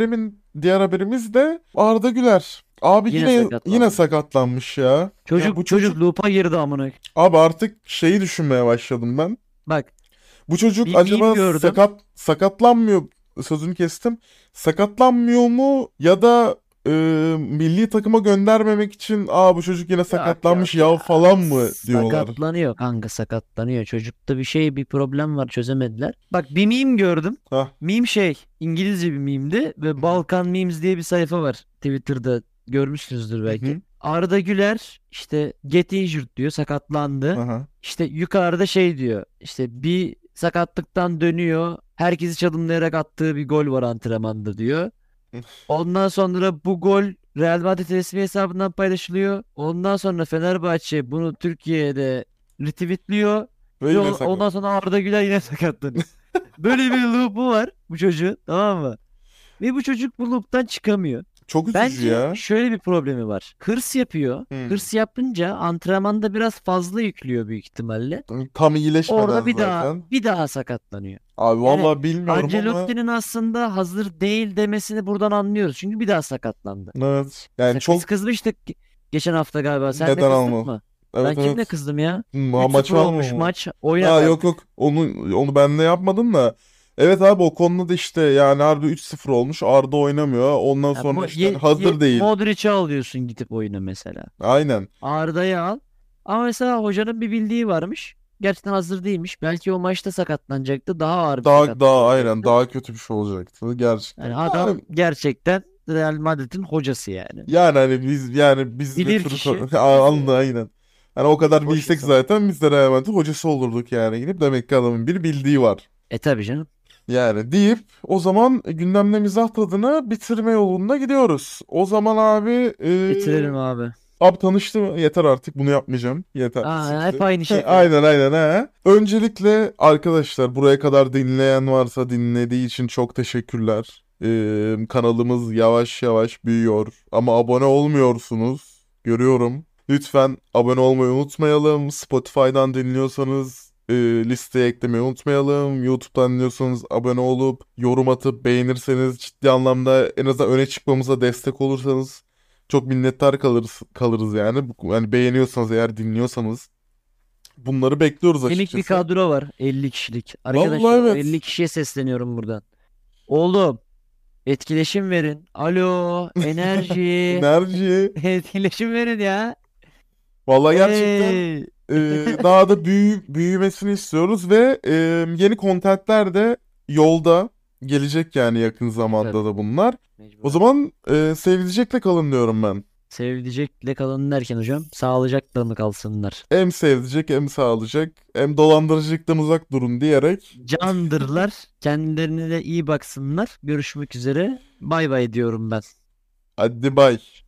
Diğer haberimiz de Arda Güler. Abi Yine yine sakatlanmış. sakatlanmış ya. Ya bu Çocuk çocuk loop'a girdi amına. abi artık şeyi düşünmeye başladım ben. Bak, Bu çocuk bir meme acaba gördüm. sakatlanmıyor, sözünü kestim. Sakatlanmıyor mu ya da e, milli takıma göndermemek için bu çocuk yine Yok sakatlanmış yok ya ya. falan mı diyorlar. Sakatlanıyor kanka, sakatlanıyor. Çocukta bir problem var, çözemediler. Bak, bir meme gördüm. Hah. Meme İngilizce bir meme'di ve Balkan Memes diye bir sayfa var Twitter'da, görmüşsünüzdür Hı belki. hı. Arda Güler işte get injured diyor, sakatlandı. Aha. İşte yukarıda diyor, işte bir sakatlıktan dönüyor. Herkesi çalımlayarak attığı bir gol var antrenmanda diyor. Ondan sonra bu gol Real Madrid resmi hesabından paylaşılıyor. Ondan sonra Fenerbahçe bunu Türkiye'de retweetliyor Ve ve yine sakat. ondan sonra Arda Güler yine sakatlanıyor. Böyle bir loop'u var bu çocuğun, tamam mı? Ve bu çocuk bu loop'tan çıkamıyor. Çok üzücü Bence ya. şöyle bir problemi var. Hırs yapıyor. Hı. Hırs yapınca antrenmanda biraz fazla yüklüyor büyük ihtimalle. Tam iyileşmeden Orada zaten. bir daha sakatlanıyor. Abi Yani vallahi bilmiyorum ama Ancelotti'nin aslında hazır değil demesini buradan anlıyoruz. Çünkü bir daha sakatlandı. evet. Yani Mesela biz çok kızmıştık geçen hafta galiba. Sen de neden kızdık alma. mı? Evet Ben kimle evet. kızdım ya? Maçı 3-0 alma olmuş mı? maç. Oynat Yok yok, artık. onu ben de yapmadım da. Evet abi, o konuda da işte yani harbi 3-0 olmuş. Arda oynamıyor. Ondan Ya, sonra işte hani hazır değil. Modric'i alıyorsun gidip oyuna mesela. Aynen. Arda'yı al. Ama mesela hocanın bir bildiği varmış. Gerçekten hazır değilmiş. Belki o maçta sakatlanacaktı. Daha ağır bir sakatlık Daha aynen olacaktı. daha kötü bir şey olacaktı Yani gerçekten. adam Yani, gerçekten Real Madrid'in hocası yani. yani hani biz ve Bilir Türk kişi. anladı aynen. Hani o kadar Boş bilsek insan. zaten biz de Real Madrid hocası olurduk yani, gidip demek ki adamın bir bildiği var. Tabii canım. Yani deyip o zaman gündemle mizah tadına bitirme yolunda gidiyoruz. O zaman abi Bitirelim abi. abi tanıştı mı? Yeter artık, bunu yapmayacağım. Yeter. Hep Siktir. aynı şaka. Aynen aynen ha. Öncelikle arkadaşlar, buraya kadar dinleyen varsa dinlediği için çok teşekkürler. Kanalımız yavaş yavaş büyüyor ama abone olmuyorsunuz. Görüyorum. Lütfen abone olmayı unutmayalım. Spotify'dan dinliyorsanız listeye eklemeyi unutmayalım. YouTube'dan dinliyorsanız abone olup yorum atıp beğenirseniz, ciddi anlamda en azından öne çıkmamıza destek olursanız çok minnettar kalırız yani. Yani beğeniyorsanız eğer, dinliyorsanız bunları bekliyoruz Kemik bir açıkçası. kadro var, 50 kişilik. Vallahi Arkadaşlar, o 50 evet. kişiye sesleniyorum buradan. Oğlum, etkileşim verin. Alo, enerji. Enerji. Etkileşim verin ya. Vallahi gerçekten Hey. e, daha da büyümesini istiyoruz ve yeni kontentler de yolda gelecek yani, yakın zamanda Tabii. da bunlar. O Mecburen. zaman sevdicekle kalın diyorum ben. Sevdicekle kalın derken hocam, sağlıcakla mı kalsınlar? Hem sevdicek hem sağlıcak hem dolandırıcılıktan uzak durun diyerek Candırlar. Kendilerine de iyi baksınlar. Görüşmek üzere. Bay bay diyorum ben. hadi bay.